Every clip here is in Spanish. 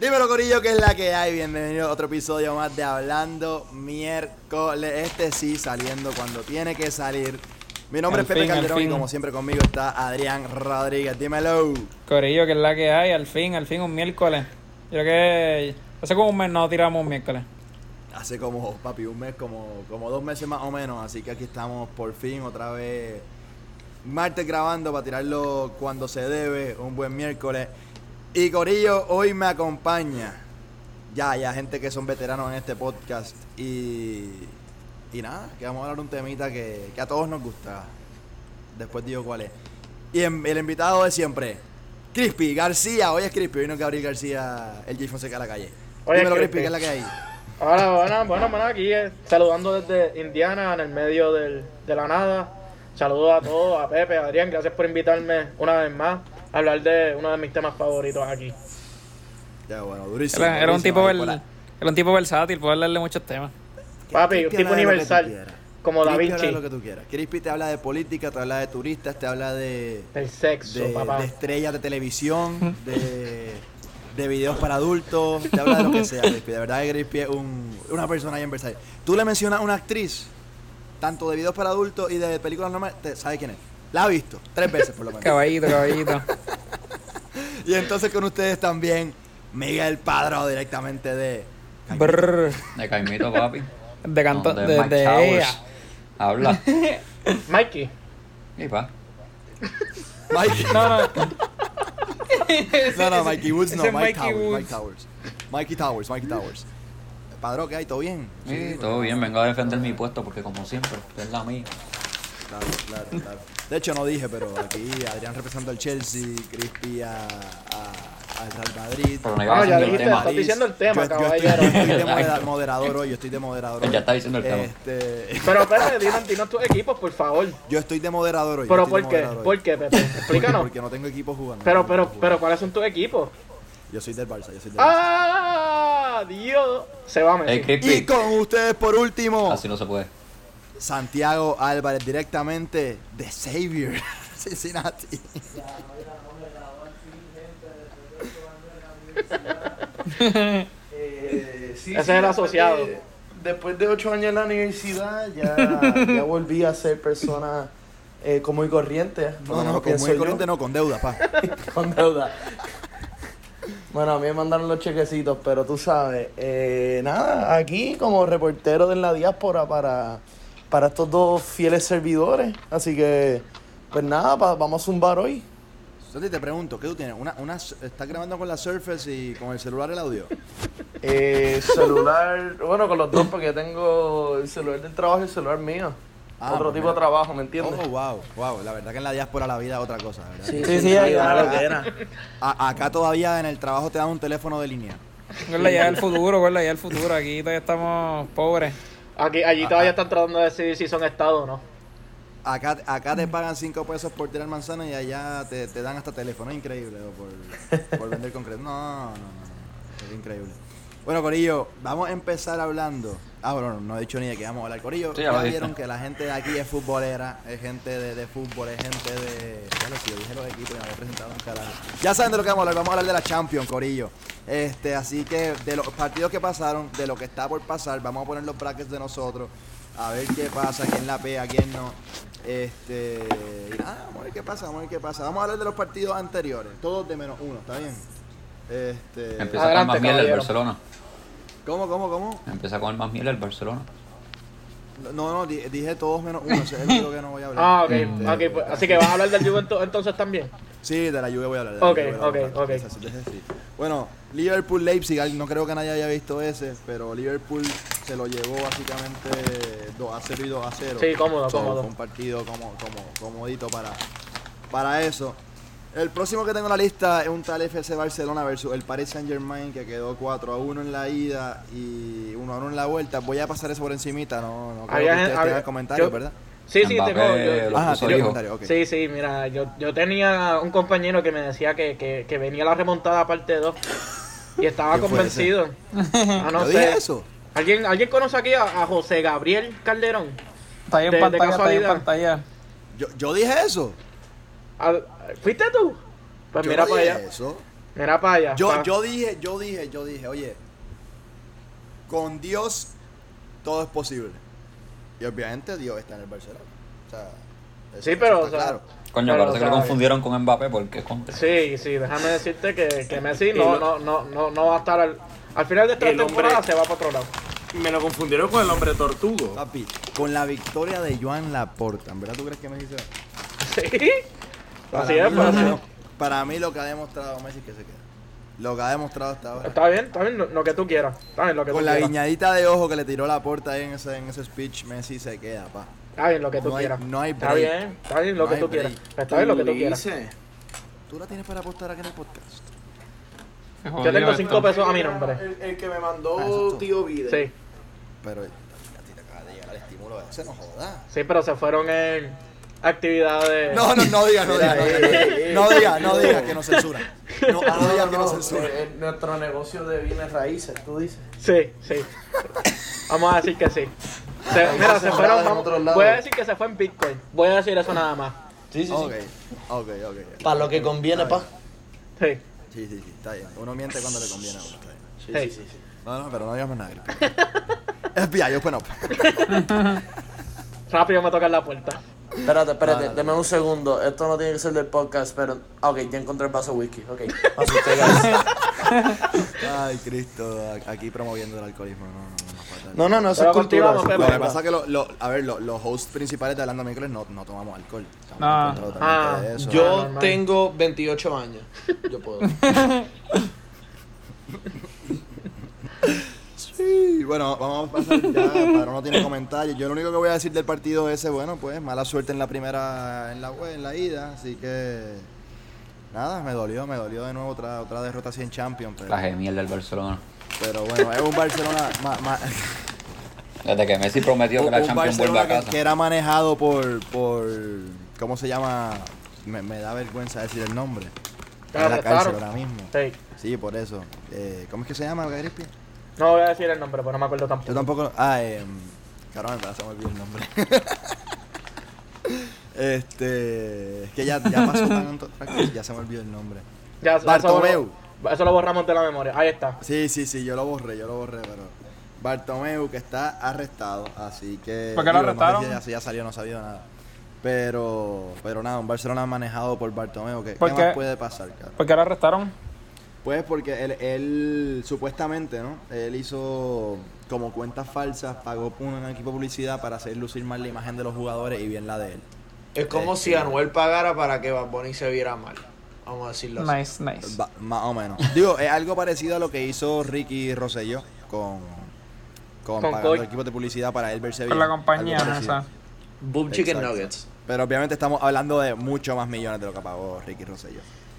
Dímelo, corillo, que es la que hay. Bienvenido a otro episodio más de Hablando Miércoles. Este sí, saliendo cuando tiene que salir. Mi nombre es Pepe Calderón y como siempre conmigo está Adrián Rodríguez. Dímelo. Corillo, que es la que hay. Al fin un miércoles. Yo creo que hace como un mes no tiramos un miércoles. Hace como, papi, un mes, como 2 meses más o menos. Así que aquí estamos por fin otra vez martes grabando para tirarlo cuando se debe. Un buen miércoles. Y corillo, hoy me acompaña ya gente que son veteranos en este podcast. Y nada, que vamos a hablar de un temita que a todos nos gusta. Después digo cuál es. Y el invitado de siempre, Crispy García. Hoy es Crispy, hoy no es Gabriel García, el J. Fonseca de la calle. Oye, Dímelo, Crispy, ¿qué es la que hay? Hola, bueno, aquí saludando desde Indiana, en el medio de la nada. Saludos a todos, a Pepe, a Adrián, gracias por invitarme una vez más a hablar de uno de mis temas favoritos aquí. Ya, bueno, durísimo. Era un tipo versátil, puede hablarle muchos temas. Papi, un tipo universal, como Da Crispy habla Vinci. de lo que tú quieras. Crispy te habla de política, te habla de turistas, te habla de Sexo, papá. de estrellas de televisión, de videos para adultos, te habla de lo que sea, Crispy. De verdad que Crispy es una persona bien versátil. Tú le mencionas a una actriz, tanto de videos para adultos y de películas normales, ¿sabes quién es? La ha visto 3 veces por lo menos. Caballito. Y entonces con ustedes también, Miguel Padrón, directamente de Brrr. De Caimito, papi. De canto. No, de Mike Towers. ella. Habla. Mikey. Y pa. Mikey. No. No, Mikey Woods no, Ese es Mike Mikey Towers. Mikey Towers. Padrón, ¿qué hay? ¿Todo bien? Sí, todo bien. Vengo a defender mi puesto porque, como siempre, es la mía. Claro. De hecho, no dije, pero aquí Adrián representa al Chelsea, Crispy al Real Madrid. Pero no iba a ya decir el dijiste, tema. estás diciendo el tema, Yo caballero. estoy de moderador hoy, Ya está diciendo el tema. Pero Pepe, dinos tus equipos, por favor. Yo estoy de moderador hoy. ¿Pero por qué? ¿Por qué, Pepe? Explícanos. Porque no tengo equipo jugando. Pero, ¿cuáles son tus equipos? Yo soy del Barça, ¡Ah! Dios. Se va a meter. Hey, Crispy. Y con ustedes, por último, Así no se puede. Santiago Álvarez, directamente de Xavier, Cincinnati. Ese es el asociado. Después de 8 años en la universidad, ya volví a ser persona común y corriente. No, con muy corriente no, con deuda, pa. Con deuda. Bueno, a mí me mandaron los chequecitos, pero tú sabes, nada, aquí como reportero de la diáspora para estos dos fieles servidores. Así que, pues nada, vamos a zumbar hoy. Santi, te pregunto, ¿qué tú tienes? ¿Estás grabando con la Surface y con el celular el audio? Celular, bueno, con los dos, porque yo tengo el celular del trabajo y el celular mío. Otro pues tipo de trabajo, ¿me entiendes? Oh, wow. La verdad que en la diáspora la vida es otra cosa, ¿verdad? Sí, vale la pena. Acá todavía en el trabajo te dan un teléfono de línea. Ya el futuro. Aquí todavía estamos pobres. Allí todavía están tratando de decidir si son estado o no. Acá te pagan 5 pesos por tirar manzana y allá te dan hasta teléfono. Es increíble, por vender concreto. No. Es increíble. Bueno, corillo, vamos a empezar hablando. Bueno, no he dicho ni de qué vamos a hablar. Corillo, Sí, ya vieron que la gente de aquí es futbolera, es gente de fútbol, es gente de... Bueno, si yo dije los equipos, ya me había presentado un carajo. Ya saben de lo que vamos a hablar de la Champions, corillo. Así que de los partidos que pasaron, de lo que está por pasar, vamos a poner los brackets de nosotros, a ver qué pasa, quién la pega, quién no. Y nada, vamos a ver qué pasa. Vamos a hablar de los partidos anteriores, todos de -1, ¿está bien? Empieza Adelante, con más miel el caballero. Barcelona. ¿Cómo? Empieza con el más miel el Barcelona. No, dije todos -1, ese es el único que no voy a hablar. Ok, pues, así que vas a hablar del Juventus entonces también. Sí, de la Juve voy a hablar. Ok. Ese sí. Bueno, Liverpool-Leipzig, no creo que nadie haya visto ese, pero Liverpool se lo llevó básicamente 2-0 y 2-0. Sí, cómodo. Fue un partido comodito para eso. El próximo que tengo en la lista es un tal FC Barcelona versus el Paris Saint-Germain, que quedó 4-1 en la ida y 1-1 en la vuelta. Voy a pasar eso por encimita, no creo que ustedes tengan comentarios, ¿verdad? Sí, Mbappé tengo. lo puso tiene hijo. comentario, ok. Sí, mira, yo tenía un compañero que me decía que venía la remontada parte 2 y estaba ¿Quién fue convencido. No ¿Yo dije sé. eso? ¿Alguien conoce aquí a José Gabriel Calderón? Está ahí en De pantalla. ¿Yo dije eso? ¿Fuiste tú? Pues Yo mira no para dije allá. eso. Mira para allá. Yo dije, oye, con Dios todo es posible. Y obviamente Dios está en el Barcelona. O sea, Sí, pero, está o sea, claro. Coño, Pero, parece que o lo sea, confundieron con Mbappé porque es contra. Sí, déjame decirte que Messi no va a estar al final de esta El hombre- temporada, se va para otro lado. Me lo confundieron con el hombre tortugo. Papi, con la victoria de Joan Laporta, ¿en verdad tú crees que Messi se va? Sí. Así es, pues, así es. Para mí lo que ha demostrado Messi es que se queda. Lo que ha demostrado hasta ahora. Está bien, lo que tú quieras. Está bien, lo que tú Con la quieras. guiñadita de ojo que le tiró Laporta ahí en ese speech, Messi se queda, pa. Está bien, lo que tú No hay- quieras. no hay Está break. bien, lo No que hay tú break. quieras. Está bien, lo que tú quieras. Dice. ¿Tú la tienes para apostar aquí en el podcast? Yo tengo 5 pesos a mi nombre. El que me Ah, eso mandó es todo. tío Vide. Sí, Pero a ti te acaba de llegar el estímulo ese, no jodas. sí, pero se fueron en actividades. No digas, no digas que nos censuran. No digas que nos censuran. Nuestro negocio de bienes raíces, tú dices. Sí. Vamos a decir que sí. Mira, se fueron. en otros lados. Voy a decir que se fue en Bitcoin. Voy a decir eso nada más. Sí, Ok. Para lo que conviene, pa. Sí. Sí, está bien. Uno miente cuando le conviene a uno, está bien. Hey. Sí. No, pero no digamos nada. FBI, open up. Rápido me tocan la puerta. Espérate, Dale. dame un segundo. Esto no tiene que ser del podcast, pero. Ok, ya encontré el vaso de whisky. Ok, paso usted, guys. Ay, Cristo, aquí promoviendo el alcoholismo. Fatal. No, eso Pero es cultura. continuamos, eso es Lo Pepe. que cultura. pasa es que los hosts principales de Hablando Miércoles no tomamos alcohol. Estamos No. en contra totalmente de eso. Yo normal. tengo 28 años. Yo puedo. Sí, bueno, vamos a pasar ya. Padrón no tiene comentarios. Yo lo único que voy a decir del partido ese, bueno, pues mala suerte en la primera, en la ida. Así que nada, me dolió de nuevo otra derrota así en Champions. La gemiel del Barcelona. Pero bueno, es un Barcelona Desde que Messi prometió que la un Champions vuelve a Barcelona casa. que era manejado por ¿cómo se llama? Me da vergüenza decir el nombre. Te Está en la cárcel arrestaron. ahora mismo. Sí. Sí, por eso. ¿Cómo es que se llama, Grispi? No voy a decir el nombre, pero no me acuerdo tampoco. Yo tampoco. Caramba, se me olvidó el nombre. Es que ya pasó tanto, ya se me olvidó el nombre. Ya, Bartomeu. Eso lo borramos de la memoria. Ahí está. Sí, yo lo borré, pero Bartomeu que está arrestado, así que ¿Por qué lo digo, arrestaron? No sé si ya salió, no ha sabido nada. Pero nada, un Barcelona manejado por Bartomeu, ¿qué ¿Por qué? más puede pasar, cara? ¿Por qué lo arrestaron? Pues porque él supuestamente, ¿no? Él hizo como cuentas falsas, pagó por un equipo de publicidad para hacer lucir mal la imagen de los jugadores y bien la de él. Es como si Anuel pagara para que Bad Bunny se viera mal. Vamos a decirlo así. Nice. Más o menos. Digo, es algo parecido a lo que hizo Ricky Rosselló con pagando Coy. equipos de publicidad para él verse bien. Con la compañía Algo parecido. esa. Boom Chicken Exacto. Nuggets. Pero obviamente estamos hablando de mucho más millones de lo que pagó Ricky Rosselló.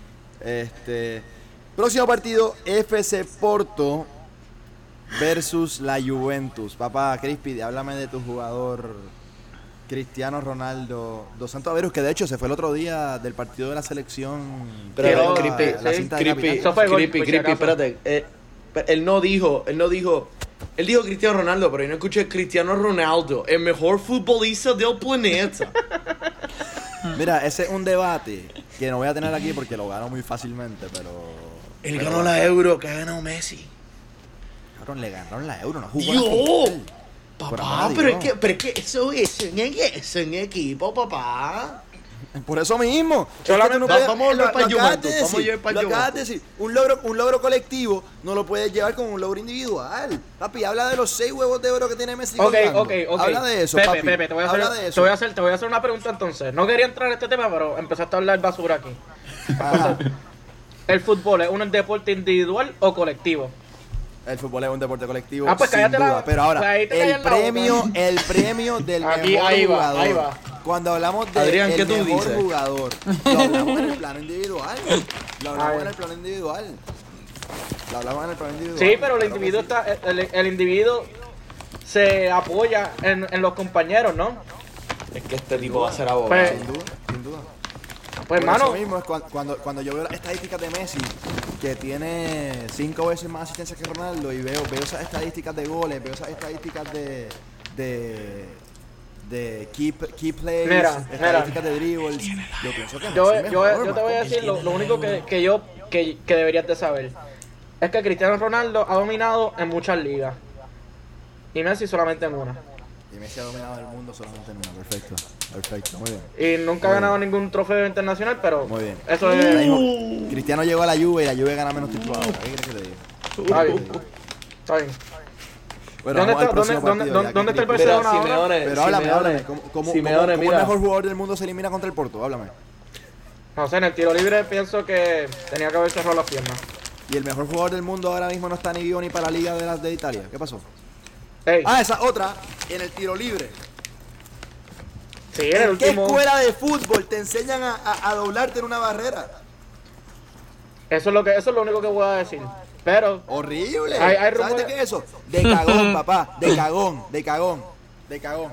Próximo partido, FC Porto versus la Juventus. Papá, Crispy, háblame de tu jugador Cristiano Ronaldo dos Santos Averos, que de hecho se fue el otro día del partido de la selección. Pero, la- Creepy, la cinta de Creepy, capitán. Eso fue gol, Creepy, por si Creepy, acaso. espérate. Él dijo Cristiano Ronaldo, pero yo no escuché Cristiano Ronaldo, el mejor futbolista del planeta. Mira, ese es un debate que no voy a tener aquí porque lo gano muy fácilmente, pero... Él ganó la Euro que ha ganado Messi. Cabrón, le ganaron la Euro, no jugó ¡Dios! la final. Por Papá, amor de pero Dios. es que eso es un equipo, papá. Por eso mismo. Solamente vamos a volver para lo acabas Juventus, de vamos a decir, llevar para lo acabas Juventus. de decir. Un logro colectivo no lo puedes llevar como un logro individual. Papi, habla de los 6 huevos de oro que tiene Messi. Ok. colgando. Habla de eso, Pepe, papi. Pepe, te voy a Habla de eso. te voy a hacer una pregunta entonces. No quería entrar en este tema, pero empezaste a hablar basura aquí. Ajá. ¿El fútbol es un deporte individual o colectivo? El fútbol es un deporte colectivo, Ah, pues sin cállate la- duda. Pero ahora, pues ahí te callas la boca. el premio del Aquí, mejor ahí va, jugador. ahí va. Cuando hablamos de Adrián, ¿qué el tú mejor dices? jugador, lo hablamos en el plano individual. Lo hablamos Ay. en el plano individual. Lo hablamos en el plano individual. Sí, pero el Claro que individuo sí. está, el individuo se apoya en los compañeros, ¿no? Es que este tipo va a ser abogado. Pues, Sin duda, sin duda. Pues Por hermano, eso mismo es cuando yo veo las estadísticas de Messi, que tiene 5 veces más asistencias que Ronaldo, y veo esas estadísticas de goles, veo esas estadísticas de key plays, Mira, estadísticas de dribbles, yo pienso que yo Messi es mejor, te voy a Marco. decir lo único que que deberías de saber. Es que Cristiano Ronaldo ha dominado en muchas ligas. Y Messi solamente en una. Y Messi ha dominado el mundo solamente en una. Perfecto, perfecto, muy bien. Y nunca ha ganado ningún trofeo internacional, pero Muy bien. eso Ahora es... mismo, Cristiano llegó a la Juve y la Juve gana menos títulos ahora. ¿Qué quieres que te diga? Está bien. Está bien. Bueno, ¿Dónde vamos al está, próximo dónde, partido, dónde, ya que dónde está el Cristiano- Mira, Barcelona ahora? Simeone, Pero háblame, Simeone, háblame. ¿Cómo Simeone, el mira. mejor jugador del mundo se elimina contra el Porto? Háblame. No sé, en el tiro libre pienso que tenía que haber cerrado las piernas. Y el mejor jugador del mundo ahora mismo no está ni vivo ni para la Liga de las de Italia. ¿Qué pasó? Ey, Ah, esa otra, en el tiro libre. sí, en el ¿En qué último... escuela de fútbol te enseñan a doblarte en una barrera? Eso es lo único que voy a decir. Pero, Horrible. Hay ¿Sabes rumores- de qué es eso? De cagón, papá. De cagón, de cagón, de cagón.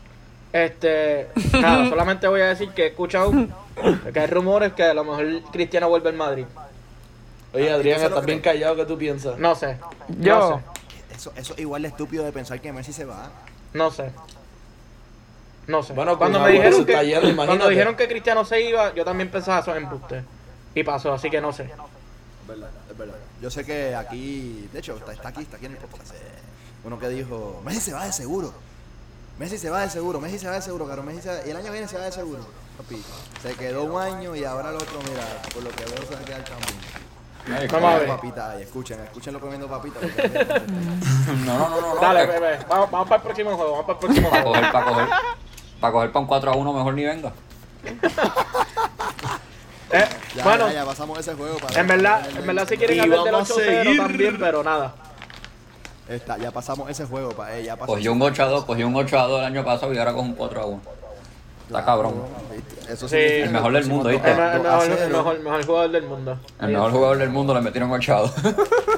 nada, solamente voy a decir que he escuchado que hay rumores que a lo mejor Cristiano vuelve al Madrid. Oye, Adrián, Entonces, estás bien callado, ¿qué tú piensas? No sé. Yo, Eso es igual de estúpido de pensar que Messi se va. No sé. No sé. Bueno, cuando con me Agüero dijeron se que está yendo, cuando imagínate. dijeron que Cristiano se iba, yo también pensaba eso en embuste. Y pasó, así que no sé. Es verdad, es verdad. Yo sé que aquí, de hecho, está aquí en el podcast. Uno que dijo, Messi se va de seguro. Messi se va de seguro, Messi se va de seguro, claro, Messi se va, y el año que viene se va de seguro. Papi, se quedó un año y ahora el otro, mira, por lo que veo se va a quedar también. Ay, Vamos a ver. Papita, y escuchen lo comiendo papita. porque- No. Dale, que- bebé. Vamos para el próximo juego, vamos para el próximo Para juego. coger, para coger. Para coger para un 4-1 mejor ni venga. Ya, Bueno, ya pasamos ese juego. Para en verdad si quieren Y hablar del vamos a 8-0 seguir. también, pero nada. Ya pasamos ese juego, ya pasamos. Cogió un 8-2 el año pasado y ahora con un 4-1. Está cabrón. Eso Sí. significa El mejor del mundo, que ¿viste? El, próximo mejor, 2-0, el mejor jugador del mundo. El mejor jugador del mundo le metieron 8-2. El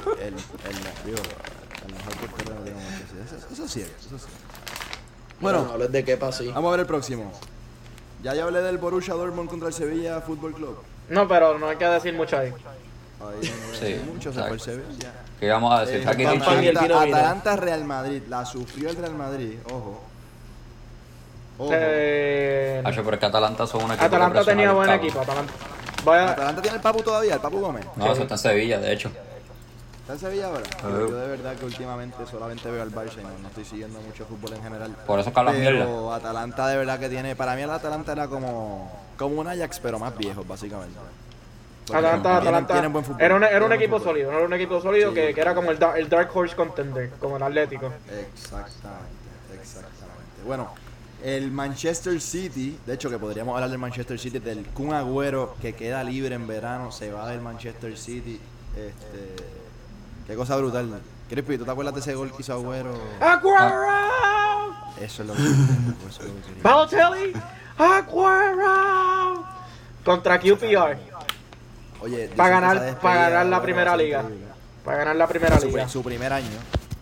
mejor portero de la liga. Eso es cierto, eso es cierto. Bueno, Bueno, hables de qué pasó. vamos a ver el próximo. Ya hablé del Borussia Dortmund contra el Sevilla Fútbol Club. No, pero no hay que decir mucho ahí. Ahí no voy a Sí, decir mucho, se fue el exacto. Sevilla. ¿Qué vamos a decir? Aquí Pan, pan y el vino, vino. Atalanta Real Madrid, la sufrió el Real Madrid, ojo. Ojo. Hacho, pero es que Atalanta son un equipo que Atalanta presiona tenía al buen octavo. equipo. Atalanta. Voy a, Atalanta tiene el Papu todavía, el Papu Gómez. No, eso está en Sevilla, de hecho. ¿Está en Sevilla ahora? Yo de verdad que últimamente solamente veo al Barça y no estoy siguiendo mucho fútbol en general. Por eso que hablas mierda. Pero Atalanta de verdad que tiene, para mí el Atalanta era como un Ajax, pero más viejo, básicamente. Porque tienen buen fútbol. Era un Tienen buen equipo fútbol. sólido, era un equipo sólido Sí. que era como el Dark Horse Contender, como el Atlético. Exactamente. Bueno, el Manchester City, de hecho que podríamos hablar del Manchester City, del Kun Agüero que queda libre en verano, se va del Manchester City. Qué cosa brutal. Crispy, ¿tú te acuerdas de ese gol que hizo Agüero? ¡Aguero! Eso es lo que quería. ¡Balotelli! ¡Aguero! Contra QPR. Oye, Para dicen que esa ganar despedida de la Agüero primera va a ser liga. increíble. Para ganar la primera liga. Su primer año.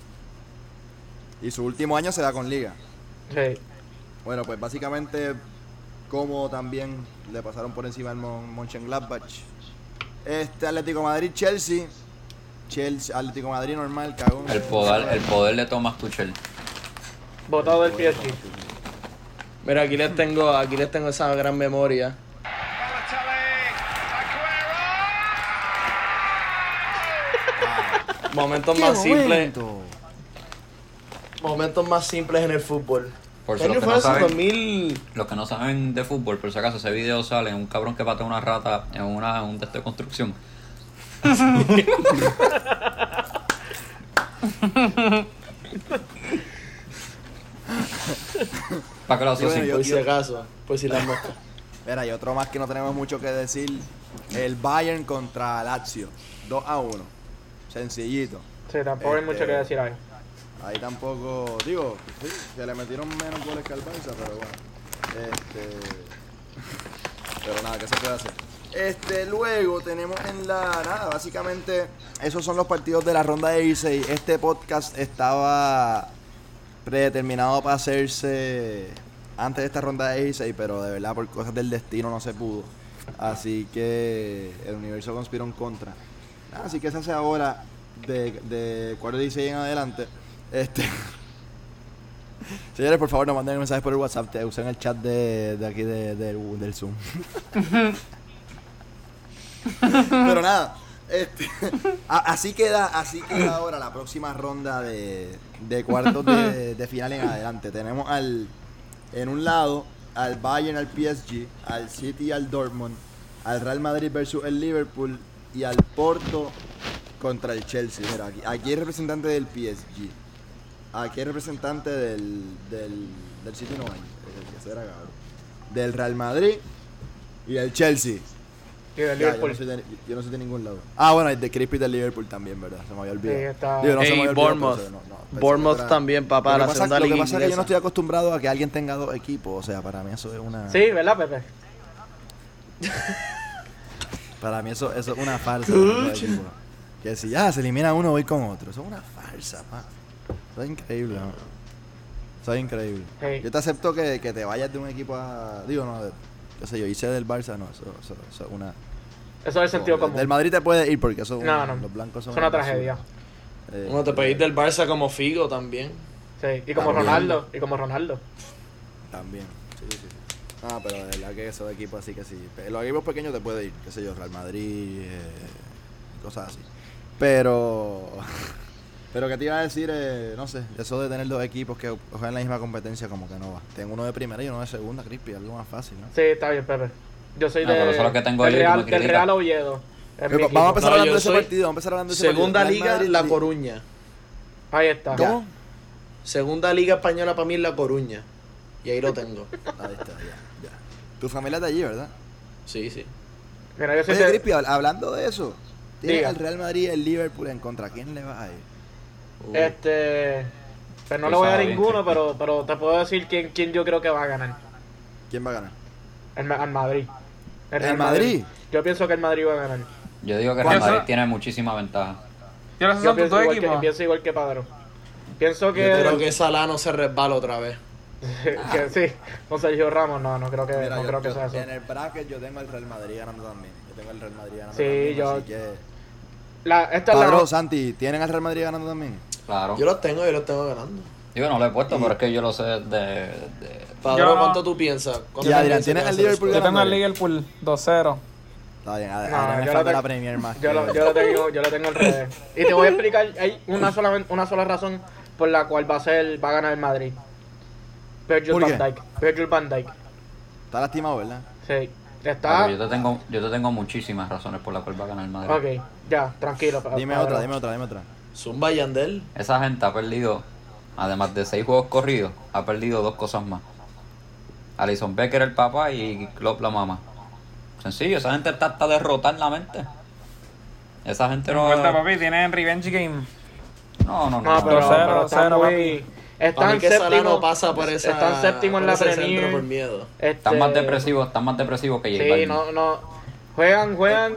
Y su último año se da con liga. Sí. Bueno, pues básicamente como también le pasaron por encima al Mönchengladbach. Atlético Madrid, Chelsea, Atlético Madrid normal, cagón. El poder de Thomas Tuchel. Votado del PSG. Mira, aquí les tengo esa gran memoria. Momentos ¡Qué más simples. momento! Momentos más simples en el fútbol. Por ¿Qué si año los que fue no eso? saben, 2000. los que no saben de fútbol, por si acaso ese video sale un cabrón que patea una rata en un test de construcción. Para que lo Sí, bueno, asocien. Por si acaso. Por si las moscas. Mira, y otro más que no tenemos mucho que decir. El Bayern contra Lazio. 2-1. Sencillito. Sí, tampoco hay mucho que decir ahí. Ahí tampoco, digo, sí, se le metieron menos goles que al Barça, pero bueno. Pero nada, ¿qué se puede hacer? Luego tenemos nada, básicamente esos son los partidos de la ronda de 16. Este podcast estaba predeterminado para hacerse antes de esta ronda de 16, pero de verdad por cosas del destino no se pudo. Así que el universo conspiró en contra. Así que se hace ahora de cuarto de 16 en adelante. Señores, por favor, nos manden mensajes por el WhatsApp. Usen el chat de aquí del Zoom. Pero nada, Así queda ahora la próxima ronda de cuartos de final en adelante. Tenemos en un lado al Bayern, al PSG, al City, al Dortmund, al Real Madrid versus el Liverpool y al Porto contra el Chelsea. Mira, aquí hay representante del PSG. Aquí hay representante del City, no hay. Eso era cabrón. Del Real Madrid y el Chelsea. Y del Ya, Liverpool. yo no soy de ningún lado. Ah, bueno, el de Crispy del Liverpool también, ¿verdad? Se me había olvidado. Sí, está. Digo, no se me Ey, había olvidado, Bournemouth. pero pensé Bournemouth que era- también, papá, la segunda Lo liga que pasa es que yo no inglesa. estoy acostumbrado a que alguien tenga dos equipos. O sea, para mí eso es una... Sí, ¿verdad, Pepe? Para mí eso es una farsa. Dos equipos. Que si ya se elimina uno, voy con otro. Eso es una farsa, pa. Eso es increíble, ¿no? Eso es increíble. Sí. Yo te acepto que te vayas de un equipo a... Digo, no, qué sé yo, hice del Barça, no, eso es una... Eso es el sentido común. Del Madrid te puedes ir porque eso No, no. los blancos son Es una basura. tragedia. Uno te puede ir del Barça como Figo también. Sí, y como También. Ronaldo. También, sí. Ah, pero de verdad que esos equipos así que sí. Los equipos pequeños te puede ir, qué sé yo, Real Madrid, cosas así. Pero que te iba a decir, no sé, eso de tener dos equipos que juegan la misma competencia como que no va. Tengo uno de primera y uno de segunda, Crispy, algo más fácil, ¿no? Sí, está bien, Pepe. Yo soy No, pero eso es lo que tengo del yo y tú me Real, del criticas. Real Oviedo. Es mi Vamos a equipo. empezar No, hablando yo de ese soy partido, vamos a empezar hablando de ese Segunda partido. liga, Real La Madrid- Coruña. Ahí está. ¿Cómo? Segunda liga española para mí es La Coruña. Y ahí lo tengo. Ahí está, ya. Tu familia es de allí, ¿verdad? Sí, sí. Mira, yo soy Oye, de... Crispy, hablando de eso, tienes Diga. el Real Madrid y el Liverpool en contra. ¿Quién le va a ir? Pero no Tú le voy a dar sabes, ninguno, sí. pero te puedo decir quién yo creo que va a ganar. ¿Quién va a ganar? Al Madrid. ¿El Real Madrid? Yo pienso que el Madrid va a ganar. Yo digo que ¿Cuál Real Madrid son? tiene muchísima ventaja. Yo no sé si Yo son tus pienso dos igual, equipos. pienso igual que Padro. Pienso Yo creo que... que Salah no se resbala otra vez. que sí, con Sergio Ramos, no creo que, Mira, no yo- creo que yo- sea eso. En el bracket yo tengo el Real Madrid ganando también. Yo tengo el Real Madrid ganando Sí, también, yo- así que... Esta es Padro, la... Santi, ¿tienen al Real Madrid ganando también? Claro. Yo los tengo ganando. Digo, no lo he puesto, pero es que yo lo sé de... Padro, Yo no. ¿cuánto tú piensas? ¿Cuánto Y tú Adrián, piensas ¿tienes que va a al ser el Liverpool score? Yo tengo al ganándole? Liverpool 2-0. Está bien, a No, Adrián le yo falta lo la tengo- Premier más Yo lo tengo al revés. Y te voy a explicar, hay una sola razón por la cual va a ganar el Madrid. Virgil ¿Por qué? van Dijk. Está lastimado, ¿verdad? Sí. Ah, Está... pero yo te tengo muchísimas razones por las cuales va a ganar el Madrid. Ok, ya, tranquilo. Dime Padro. otra. Zumba Yandel. Esa gente ha perdido, además de 6 juegos corridos, ha perdido 2 cosas más. Alison Becker el papá y Klopp la mamá. Sencillo, esa gente está hasta derrotada en la mente. Esa gente no... Vuelta, papi, tienen Revenge Game. No. No, pero 2-0, está 0, muy... Para Están mí que Salah séptimo, no pasa por esa... están séptimo en por la ese centro Premier. por miedo. Están más depresivos que J Sí, Balvin. no. Juegan.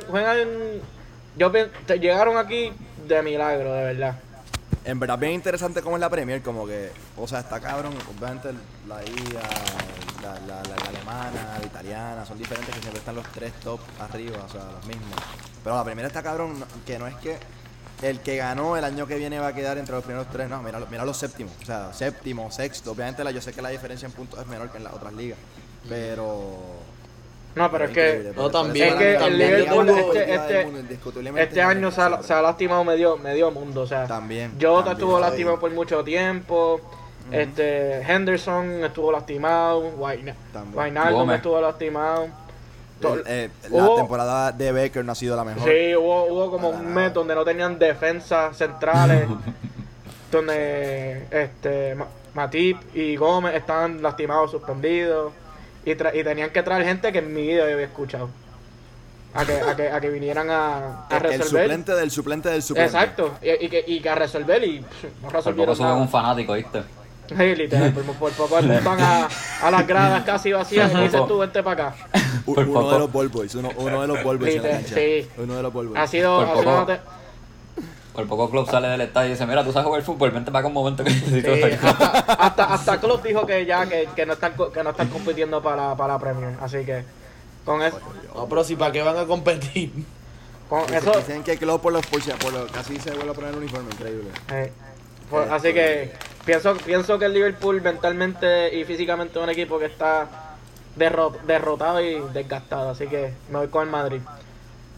Llegaron aquí de milagro, de verdad. En verdad, bien interesante cómo es la Premier, como que, o sea, está cabrón, obviamente la liga, la alemana, la italiana, son diferentes que siempre están los 3 top arriba, o sea, los mismos. Pero la Premier está cabrón, que no es que el que ganó el año que viene va a quedar entre los primeros 3, no, mira los séptimos, o sea, séptimo, sexto, obviamente yo sé que la diferencia en puntos es menor que en las otras ligas, pero... No, pero es que increíble, No, por también- eso es que la el liga Liverpool más competitiva del mundo, este indiscutiblemente año es se ha lastimado medio mundo, o sea. También, Jota también, estuvo está lastimado bien. por mucho tiempo. Henderson estuvo lastimado. También. Wijnaldum Gómez. estuvo lastimado. La Hubo- temporada de Becker no ha sido la mejor. Sí, hubo como Para un nada. mes donde no tenían defensas centrales, donde Matip y Gómez estaban lastimados, suspendidos, y tenían que traer gente que en mi vida yo había escuchado. A que vinieran a El resolver. suplente del suplente del suplente. Exacto, y que a resolver y no Por resolvieron poco suben nada. un fanático, ¿viste? Sí, literal, por poco van a las gradas casi vacías y dices tú, vente para acá. Uno Por poco. de los ball boys, uno de los ball boys en la cancha. Sí. Uno de los ball boys. Ha sido Por poco. una Por poco Klopp sale del estadio y dice, mira, tú sabes jugar fútbol, vente para acá un momento que necesito Sí, salir". hasta Klopp dijo que ya que no están compitiendo para la Premier, así que con eso, No, pero si para qué van a competir. con Dicen- eso Dicen que Klopp por lo casi se vuelve a poner el uniforme, increíble. así que pienso que el Liverpool mentalmente y físicamente es un equipo que está derrotado y desgastado, así que me voy con el Madrid.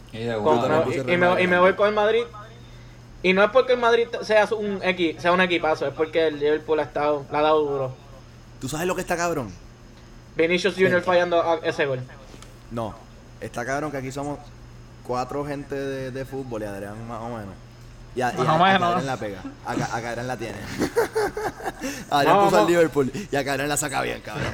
Y de Con- una, y me voy con el Madrid. Y no es porque el Madrid sea un equipazo, es porque el Liverpool le ha dado duro. ¿Tú sabes lo que está cabrón? Vinicius Junior fallando ese gol. No. Está cabrón que aquí somos 4 gente de fútbol y Adrián más o menos. Y a Adrián la pega. A Adrián la tiene. Adrián puso al Liverpool y a Adrián la saca bien, cabrón.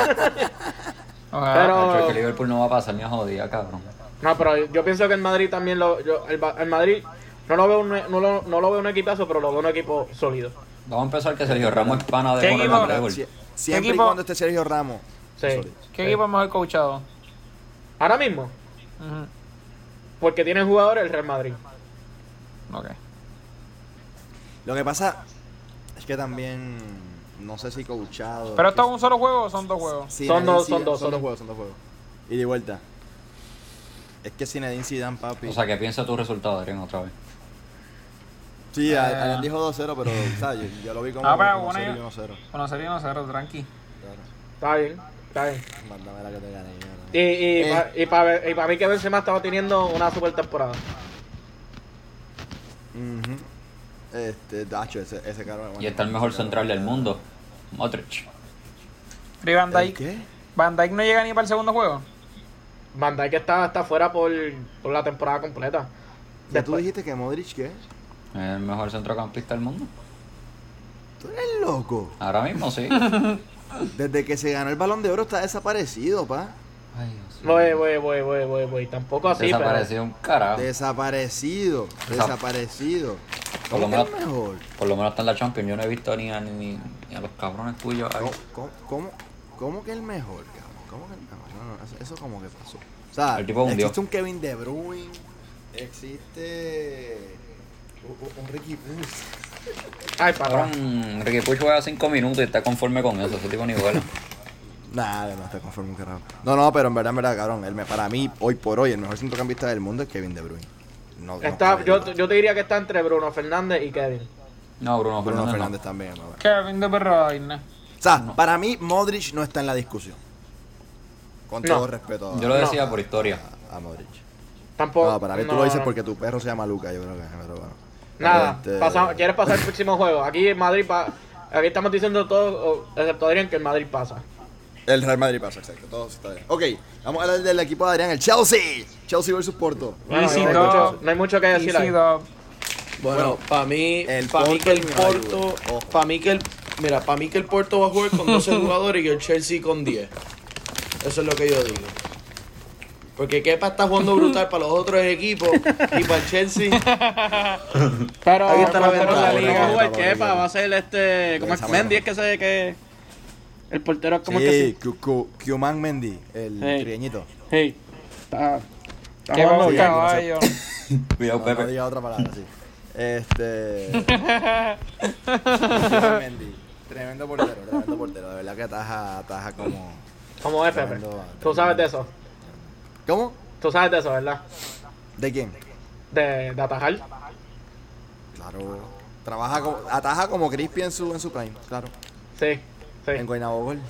Pero es que Liverpool no va a pasar ni a jodida, cabrón. no, pero yo pienso que el Madrid también el Madrid no lo veo un equipazo, pero lo veo un equipo sólido. Vamos a empezar que Sergio Ramos es pana ¿Qué de equipo? Conor McGregor. Siempre y equipo? cuando esté Sergio Ramos. Sí. sólido. ¿Qué equipo es mejor coachado? Ahora mismo, Ujú. porque tienen jugadores el Real Madrid. Ok. Lo que pasa es que también, no sé si coachado. ¿Pero esto es un solo juego o son 2 juegos? Son dos Son 2 juegos. Y de vuelta. Es que Zinedine Zidane, papi. O sea, que piensa tu resultado, Adrián, otra vez. Sí, Adrián dijo 2-0, pero ¿sabes? Yo lo vi como, pero como bueno, 0 y 1-0. Bueno, sería 1-0, tranqui. Claro. Está bien. Mándame la que te gané. Y para mí que Benzema estaba teniendo una super temporada. Dacho, ese cabrón. Y está el mejor central del mundo, Modric. ¿Y Van ¿El Dijk? qué? ¿Van Dijk no llega ni para el segundo juego? Van Dijk está fuera por la temporada completa. ¿Ya tú Después- dijiste que Modric qué? Es el mejor centrocampista del mundo. Tú eres loco. Ahora mismo sí. Desde que se ganó el Balón de Oro está desaparecido, pa. Ay, Dios mío. Voy. Tampoco así, Desapareció un carajo. Desaparecido. Por lo ¿Cómo que menos- el mejor? Por lo menos está en la Champions. Yo no he visto ni a los cabrones tuyos ahí. ¿Cómo que el mejor, cabrón? ¿Cómo que el mejor? No, eso como que pasó. O sea, El tipo hundió. existe un Kevin De Bruyne, existe un Ricky Puig. Ay, papá. Cabrón, Ricky Puig juega 5 minutos y está conforme con eso. Ese tipo ni vuela. Nada, no está conforme un carajo. No, pero en verdad, cabrón, para mí, hoy por hoy, el mejor centrocampista del mundo es Kevin De Bruyne. No cabe duda. Yo te diría que está entre Bruno Fernández y Kevin. No, Bruno Bruno Fernández. Fernández también, no. Kevin de Bruyne. O sea, para mí, Modric no está en la discusión. Con No. todo respeto Yo lo decía por historia. a Modric. Tampoco. No, para mí tú lo dices porque tu perro se llama Luca, yo creo que pero bueno. Nada, Este, ¿quieres pasar al próximo juego? Aquí en Madrid, aquí estamos diciendo todo, excepto Adrián, que el Madrid pasa. El Real Madrid pasa, exacto, todo está bien. Ok, vamos a hablar del equipo de Adrián, el Chelsea. Chelsea versus Porto. Bueno, Easy no, hay dub. mucho, no hay mucho que decir ahí. Easy dub. Bueno, para mí, el para mí Porto que el ni me Porto, ayuda. Ojo. para mí que el Porto va a jugar con 12 jugadores y el Chelsea con 10. Eso es lo que yo digo. Porque Kepa está jugando brutal para los otros equipos y para el Chelsea. Pero Ahí está la ventaja. la liga Ahí jugar está, Kepa va a ser ¿cómo es? Esa Mendy, mano. es que se que el portero es como Sí, que Kuman Mendy, el Sí. trieñito. sí. Está Qué jugando buen bien. caballo. Cuidado, No Pepe. diga otra palabra, sí. Kuman Mendy. Tremendo portero. De verdad que ataja como... ¿Cómo es, Pepe? Tremendo- Tú sabes de eso. ¿Cómo? Tú sabes de eso, ¿verdad? ¿De quién? De atajar. Claro. Ataja como Crispy en su prime, claro. Sí. En Guaynabo Gol.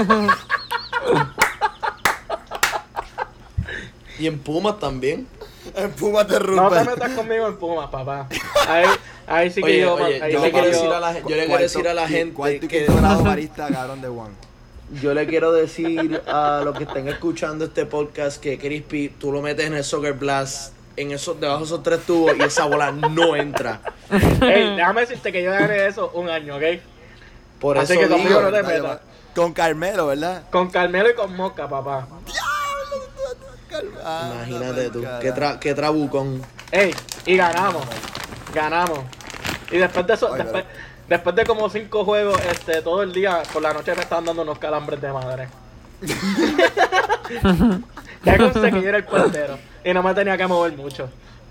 Y en Pumas también. En Puma te No rumba. te metas conmigo en Pumas, papá. Ahí sí que Oye, yo. oye, ahí yo sí le que quiero yo- decir a la, yo le quiero decir a la gente Cuarto y que quinto grado barista, cabrón de Juan. yo le quiero decir a los que estén escuchando este podcast que Crispy, tú lo metes en el Soccer Blast, debajo de esos 3 tubos y esa bola no entra. Ey, déjame decirte que yo gané eso un año, ¿ok? Por Así eso que digo, conmigo no te ¿Verdad? metas. Con Carmelo, ¿verdad? Con Carmelo y con Mosca, papá. imagínate tú, qué trabucón. Ey, y ganamos. Y después de eso, Oye, después de como 5 juegos, todo el día, por la noche me estaban dando unos calambres de madre. Ya conseguí ir el portero. Y no me tenía que mover mucho.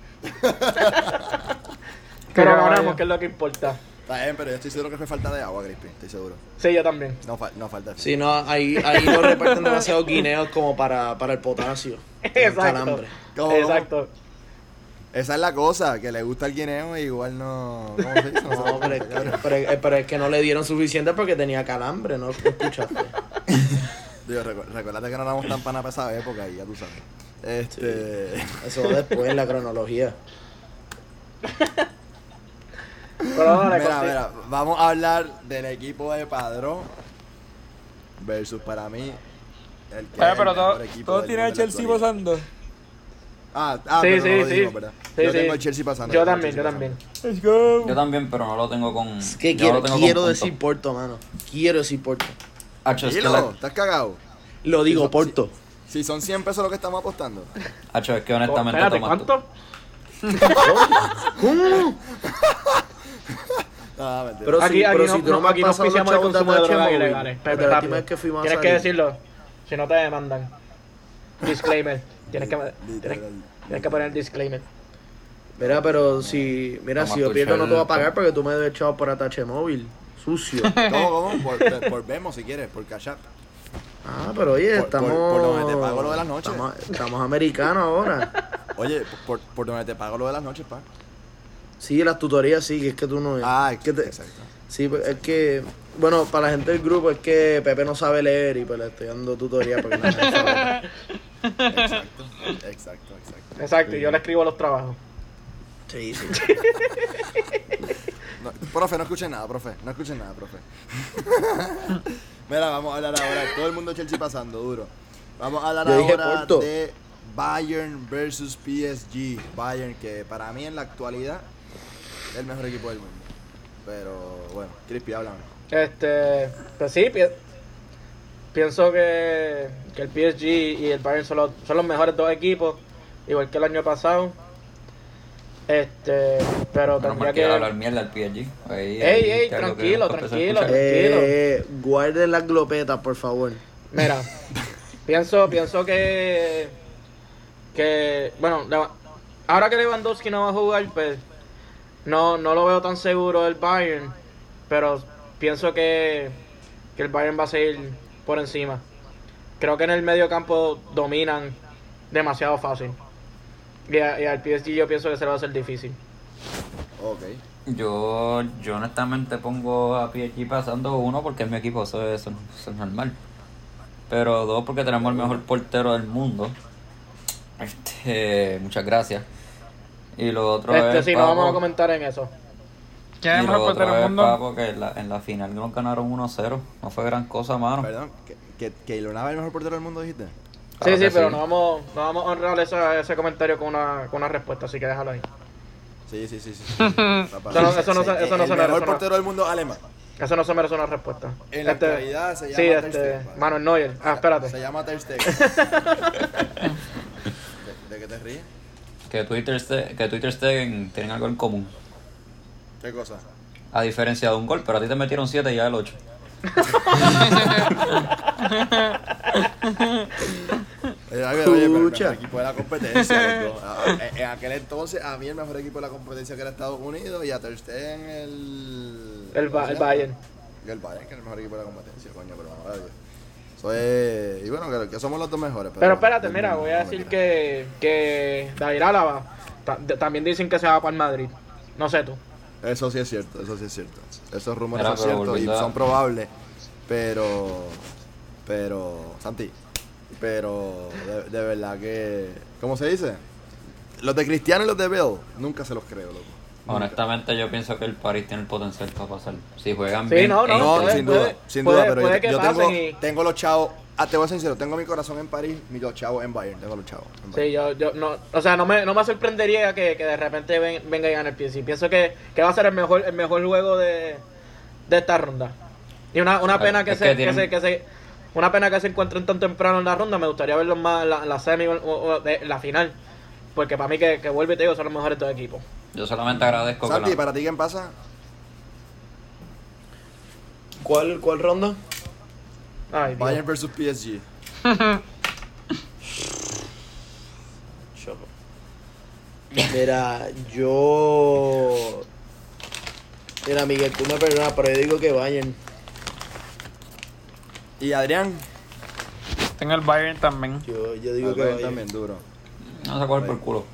Pero caballo. ganamos, que es lo que importa. Está bien, pero yo estoy seguro que fue falta de agua, Crispy. Estoy seguro. Sí, yo también. No falta. Si no, ahí no reparten demasiados guineos como para el potasio. Exacto. Calambre. ¿Cómo? Exacto. Esa es la cosa, que le gusta el guineo y igual no... ¿Cómo se dice? No, pero es que no le dieron suficiente porque tenía calambre, ¿no? ¿No escuchaste? Digo, recuérdate que no éramos tan panas para esa época y ya tú sabes. Eso va después en la cronología. Pero dale, Mira, vamos a hablar del equipo de Padrón versus para mí el que es el Pero mejor equipo todos del tienen a mundo en la Chelsea actualidad. pasando. Pero no lo sí. dijimos, ¿verdad? Sí, Yo sí. tengo el Chelsea pasando. Yo tengo el también, yo Chelsea también. Let's go. Yo también, pero no lo tengo con. Es que yo no lo tengo con quiero punto. decir Porto, mano. Quiero decir Porto. Hacho, es que Dilo, ¿estás cagado? Lo digo, Sí, Porto. Si son 100 pesos lo que estamos apostando. Hacho, es que honestamente Espérate, tomas tú. ¿cuánto? No, mentira. Pero Aquí si tú no me has aquí no pasado los auspiciamos el chavos de consumo de Atache drogas Móvil, ilegales. desde Pepe, la rápido. última vez que fuimos a Tienes que salir. decirlo. Si no te demandan. Disclaimer. Tienes Literal. que poner el disclaimer. Mira, pero si Toma yo tu pierdo no te voy a shell. pagar porque tú me debes chavos por Atache Móvil. Sucio. ¿Cómo? Por Vemo si quieres, por Cash App. Pero oye, Por estamos... donde te pago lo de las noches. Estamos americanos ahora. Oye, por donde te pago lo de las noches, pa. Sí, las tutorías sí, que es que tú no... Exacto. Sí, pues, es que... Bueno, para la gente del grupo es que Pepe no sabe leer y pues le estoy dando tutoría porque no sabe. Exacto. Exacto, y yo le escribo los trabajos. Sí. No, profe, no escuchen nada, profe. Mira, vamos a hablar ahora. Todo el mundo Chelsea pasando, duro. Vamos a hablar Yo dije ahora Porto. de Bayern versus PSG. Bayern, que para mí en la actualidad es el mejor equipo del mundo. Pero bueno, Crispy, háblame. Pues sí, pienso que el PSG y el Bayern son los mejores dos equipos, igual que el año pasado. Pero Pero tendría no quiero que... hablar mierda al PSG. Ey, que es lo que tranquilo, nunca se tranquilo. escucha. Guarden las glopetas, por favor. Mira, pienso que bueno, ahora que Lewandowski no va a jugar, pues no lo veo tan seguro el Bayern, pero pienso que el Bayern va a seguir por encima. Creo que en el medio campo dominan demasiado fácil. Y al PSG yo pienso que se le va a hacer difícil. Ok. Yo honestamente pongo a PSG pasando uno porque es mi equipo, eso es normal. Pero dos porque tenemos el mejor portero del mundo. Muchas gracias. Y lo otro es Sí, no vamos a comentar en eso. ¿Quién es el y lo mejor otro portero del es mundo? Papo, que en la final nos ganaron 1-0. No fue gran cosa, mano. Perdón, que Ilonaba es el mejor portero del mundo, dijiste. Claro Sí, que pero sí. no vamos a honrar ese comentario con una respuesta, así que déjalo ahí. Sí. Eso no se El merece, mejor no. portero del mundo, alemán. Eso no se merece una respuesta. En la actualidad se llama Sí, Ter Stegen. Manuel Neuer. Se Espérate. llama Ter Stegen. ¿De qué te ríes? Que Twitter Stegen tienen algo en común. ¿Qué cosa? A diferencia de un gol, pero a ti te metieron 7 y ya el 8. Oye, pero el Escucha. mejor equipo de la competencia. Loco. En aquel entonces, a mí el mejor equipo de la competencia que era Estados Unidos y a Ter Stegen El Bayern. Y el Bayern, que es el mejor equipo de la competencia, coño, pero vamos a ver. Eso es... Y bueno, que somos los dos mejores. Pero espérate, bueno, mira, no, voy a no, decir mentira. que David Álava también dicen que se va para el Madrid. No sé tú. Eso sí es cierto. Esos rumores Mira, son pero ciertos y volviendo a- son probables. Pero, Santi, de verdad que... ¿Cómo se dice? Los de Cristiano y los de Bale, nunca se los creo, loco. Honestamente, yo pienso que el París tiene el potencial para pasar. Si juegan Sí, bien. no, e No, puede- sin duda, puede- sin puede- duda, pero puede yo, que yo pasen tengo los chavos, te voy a ser sincero, tengo mi corazón en París y los chavos en Bayern, tengo los chavos en Bayern. Sí, yo no, o sea, no me sorprendería que de repente venga y gane el PSG. Pienso que va a ser el mejor juego de esta ronda. Y una pena que es se, que que tienen- se una pena que se encuentren tan temprano en la ronda. Me gustaría verlos más en la semi o la final. Porque para mí que vuelve y te digo, son los mejores dos equipos. Yo solamente agradezco Santi, que ¿para ti quién pasa? ¿Cuál ronda? Ay, Dios. Bayern versus PSG. Mira, Mira, Miguel, tú me perdonas, pero yo digo que Bayern. Y Adrián, Tengo el Bayern también. Yo digo que Bayern Bayern. también duro. no se coge por culo.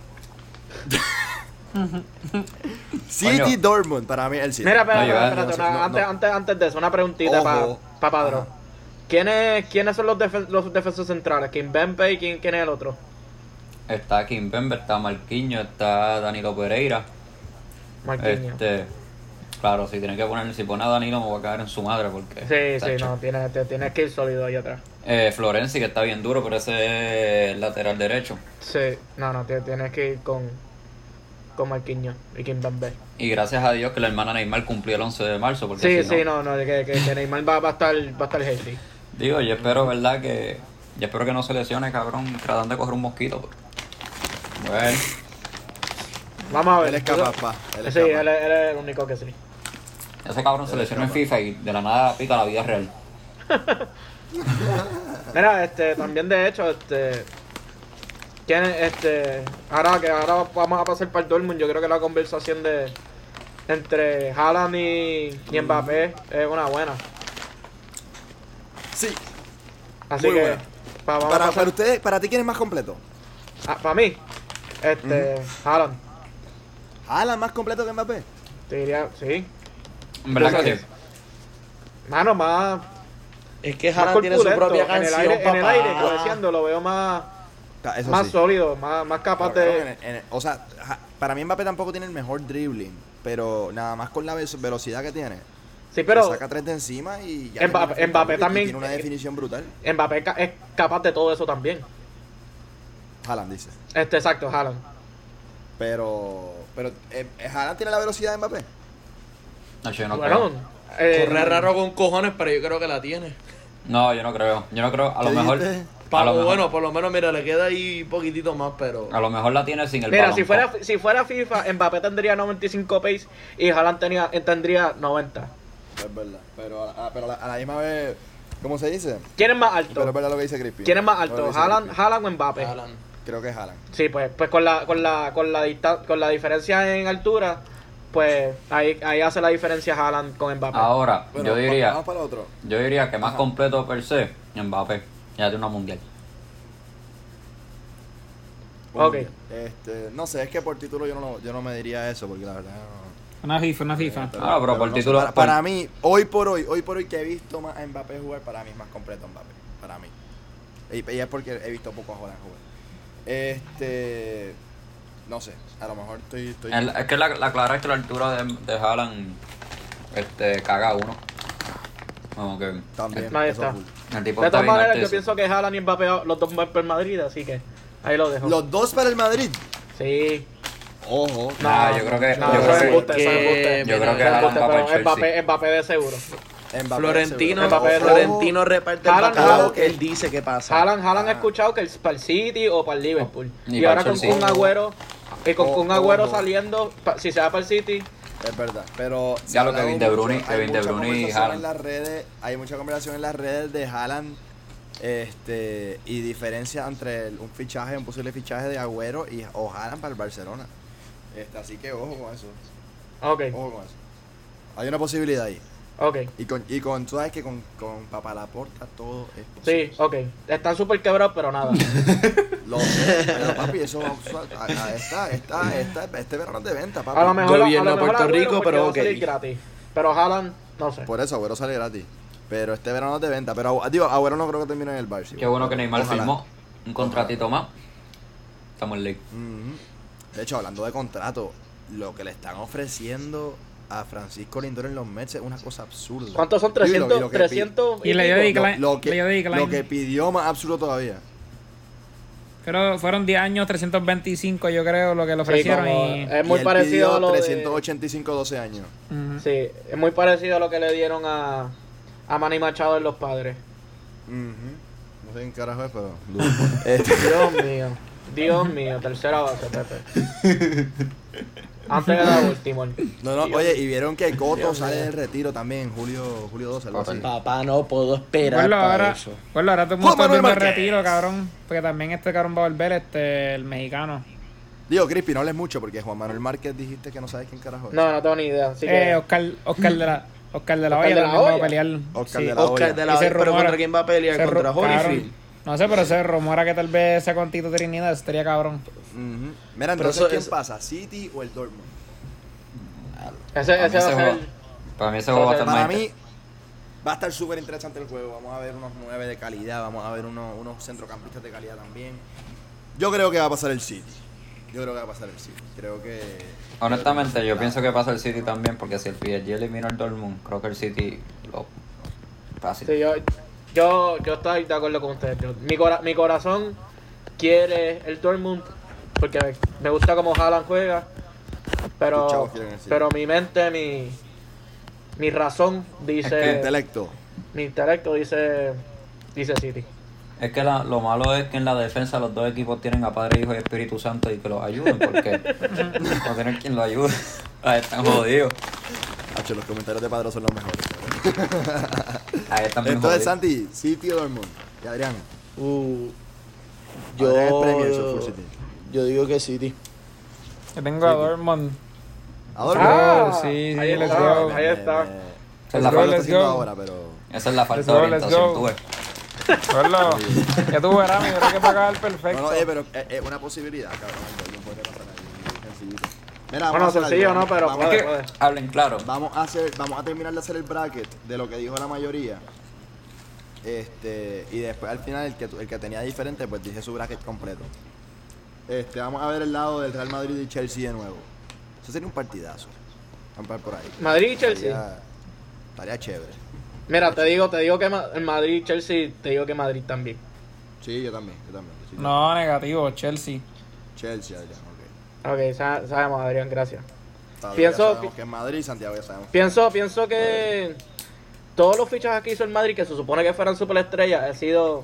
City Coño. Dortmund, para mí el City. Mira, espérate, No, yo- espérate, no. antes de eso, una preguntita Ojo. para Padrón. Ajá. ¿Quiénes son los defensores centrales? ¿Quién Bempe y quién es el otro? Está Kimpembe, está Marquinhos, está Danilo Pereira. Marquinhos. Claro, si pone a Danilo me voy a caer en su madre porque... Sí, no, tienes que ir sólido ahí atrás. Florenzi, que está bien duro, pero ese es el lateral derecho. Sí, no, tienes que ir con Marquinhos y Kimpembe. Y gracias a Dios que la hermana Neymar cumplió el 11 de marzo. Porque Sí, no, que Neymar va a estar healthy. Digo, yo espero, ¿verdad? Yo espero que no se lesione, cabrón, tratando de coger un mosquito. Bueno, Vamos a ver. Él es capaz, pa. Él es Sí, capaz. él es el único que sí. ese cabrón se lesiona en FIFA y de la nada pica la vida real. Mira, también de hecho, ¿quién ahora vamos a pasar para el Dortmund? Yo creo que la conversación entre Haaland y Mbappé es una buena. Sí. Así Muy que buena. vamos a Para pasar. ustedes, para ti, ¿quién es más completo? Para mí, Haaland. ¿Haaland más completo que Mbappé? Te diría, sí. En verdad que Entonces, sí. Mano, más Es que más Haaland tiene su corpulento. propia En el canción, aire, en el papá. aire, diciendo, lo veo más Eso más sí. sólido, más capaz Pero, de... cabrón, o sea, para mí Mbappé tampoco tiene el mejor dribbling, pero nada más con la velocidad que tiene. Sí, pero Le saca tres de encima y ya Mbappé termina frente al gol y también- tiene una definición brutal. Mbappé es capaz de todo eso también. Haaland dice. Exacto, Haaland. Pero Haaland tiene la velocidad de Mbappé. No, yo no Bueno, creo. Corre raro con cojones, pero yo creo que la tiene. No, yo no creo. A lo ¿Qué mejor. dijiste? A lo mejor, Bueno, por lo menos, mira, le queda ahí un poquitito más, pero... a lo mejor la tiene sin el Mira, balón. si fuera FIFA, Mbappé tendría 95 pace y Haaland tendría 90. Es verdad. Pero a la misma vez, ¿cómo se dice? ¿Quién es más Pero es alto? verdad lo que dice Crispy. ¿Quién es más Lo que alto? dice ¿Haaland, Crispy. Haaland o Mbappé? Haaland. Creo que es Haaland. Sí, pues con la diferencia en altura, pues ahí hace la diferencia Haaland con Mbappé. Ahora, Bueno, vamos para el otro. yo diría que más Ajá. completo per se, Mbappé. Ya tiene una mundial. Ok. No sé, es que por título yo no me diría eso, porque la verdad no. Una FIFA. Ah, pero por no sé, título. para mí, hoy por hoy que he visto más a Mbappé jugar, para mí es más completo Mbappé. Para mí. Y es porque he visto poco a Haaland jugar. No sé, a lo mejor estoy Es que la clara es que la altura de Haaland caga a uno. Como que también. Ahí eso está. es full. el tipo De está todas bien maneras, yo alto. pienso que Haaland y Mbappé, los dos van por Madrid, así que ahí lo dejo. Los dos para el Madrid. Sí. Ojo. Nah, yo creo que. No, yo eso creo es que- embuste, eso es embuste. yo creo que Eso es Haaland embuste, va para el pero Chelsea. Mbappé de seguro. Mbappé, Florentino, seguro. Mbappé, Florentino reparte el Haaland, bacalao Haaland, que él dice que pasa. Haaland ha escuchado que para el City o para el Liverpool. Ni Y para ahora el con Chelsea. un Agüero, y con un Agüero Ojo. saliendo, si se va para el City, Es verdad, pero se Ya ha lo hablado Kevin De Bruyne- mucho, hay Kevin De mucha Bruyne y conversación Haaland. en las redes, hay mucha conversación en las redes de Haaland y diferencia entre un posible fichaje de Agüero o Haaland para el Barcelona. Así que ojo con eso. ok, Ojo con eso. Hay una posibilidad ahí. ok. Y con tú sabes que con Papá Laporta todo es posible. Sí, ok. Están súper quebrados, pero nada. Lo sé, pero papi, eso este verano es de venta, papi. A lo mejor, Gobierno a lo mejor de Puerto Agüero Rico, porque pero va a salir ok. gratis. Pero Haaland, no sé. Por eso Agüero sale gratis. Pero este verano es de venta. Pero digo, Agüero no creo que termine en el Barça. Qué bueno que Neymar Ojalá. firmó un contratito más. Estamos en league. Ujú. De hecho, hablando de contrato, lo que le están ofreciendo a Francisco Lindor en los Mets es una cosa absurda. ¿Cuántos son? Digo, y 300, lo que 300 Y le dio pico? decline. Lo que, Le dio decline. lo que pidió más absurdo todavía. Pero fueron 10 años, 325 yo creo lo que le Sí, ofrecieron como- y... es muy Y él parecido pidió a lo de... 385 12 años. Ujú. Sí, es muy parecido a lo que le dieron a Manny Machado en Los Padres. No sé en carajo es, pero... Dios mío, tercera base, Pepe. Antes de la Baltimore. No, oye, y vieron que Cotto sale del retiro también en julio 12, algo así. Papá, no puedo esperar Bueno, para ahora, eso. bueno, ahora todo el mundo Juan está Manuel viendo el Márquez. retiro, cabrón. Porque también este cabrón va a volver, el mexicano. Digo, Crispy, no hables mucho porque Juan Manuel Márquez dijiste que no sabes quién carajo es. No tengo ni idea. Así que... Oscar de la Hoya de la también va a Hoya. pelear. Oscar Sí. de la Oscar Hoya. de la Y se Hoya, pero rumora- ¿contra quién va a pelear? se ¿Contra ru- cabrón. Holyfield? No sé, pero se rumora que tal vez sea con Tito Trinidad, estaría cabrón. Ujú. Mira, Pero entonces, eso ¿quién es- pasa? ¿City o el Dortmund? Ese va a ser... Para mí ese juego va a estar Para más mí va a estar súper interesante el juego. Vamos a ver unos 9 de calidad, vamos a ver unos centrocampistas de calidad también. Yo creo que va a pasar el City. Creo que... Honestamente, yo pienso que pasa el City también, porque si el PSG eliminó al Dortmund, creo que el City lo fácil. Sí, yo estoy de acuerdo con ustedes. Mi corazón quiere el Dortmund porque me gusta cómo Haaland juega, Tus pero chavos quieren el City. pero mi mente, mi razón dice, Intelecto. mi intelecto dice City. Es que lo malo es que en la defensa los dos equipos tienen a Padre, Hijo y Espíritu Santo y que los ayuden, porque no tienen quien los ayude. Ahí están jodidos. Hacho, los comentarios de Padre son los mejores. Ahí están bien Entonces, jodidos. Santi, City o Dortmund. Y Adrián. Yo, Adrián es Premier, so full City. yo digo que City. Yo tengo a Dortmund. ¿A Dortmund? Ah, sí, ahí let's está, go. ahí está. Esa es la Lo falta, let's haciendo go. ahora, pero... esa es la falta Let's de go, orientación, let's go. tú ves. Verlo. Ya tú verás, mi creo que pagar perfecto. No, pero es una posibilidad, cabrón. Dortmund puede pasar ahí sencillito. Mira, Bueno, vamos a hacer sencillo, algo. ¿no? Pero Vamos- puede. Hablen claro. Vamos a terminar de hacer el bracket de lo que dijo la mayoría. Y después al final el que tenía diferente, pues dije su bracket completo. Vamos a ver el lado del Real Madrid y Chelsea de nuevo. Eso sería un partidazo. Vamos a ver por ahí. Madrid y Chelsea. Estaría chévere. Mira, te digo que el Madrid y Chelsea, te digo que Madrid también. Sí, yo también. Sí, No, negativo, Chelsea. Chelsea, Adrián, ok. Ok, sabemos, Adrián, gracias. Todavía Pienso- sabemos que es Madrid, Santiago ya sabemos. Pienso que todos los fichajes que hizo el Madrid, que se supone que fueran superestrellas, ha sido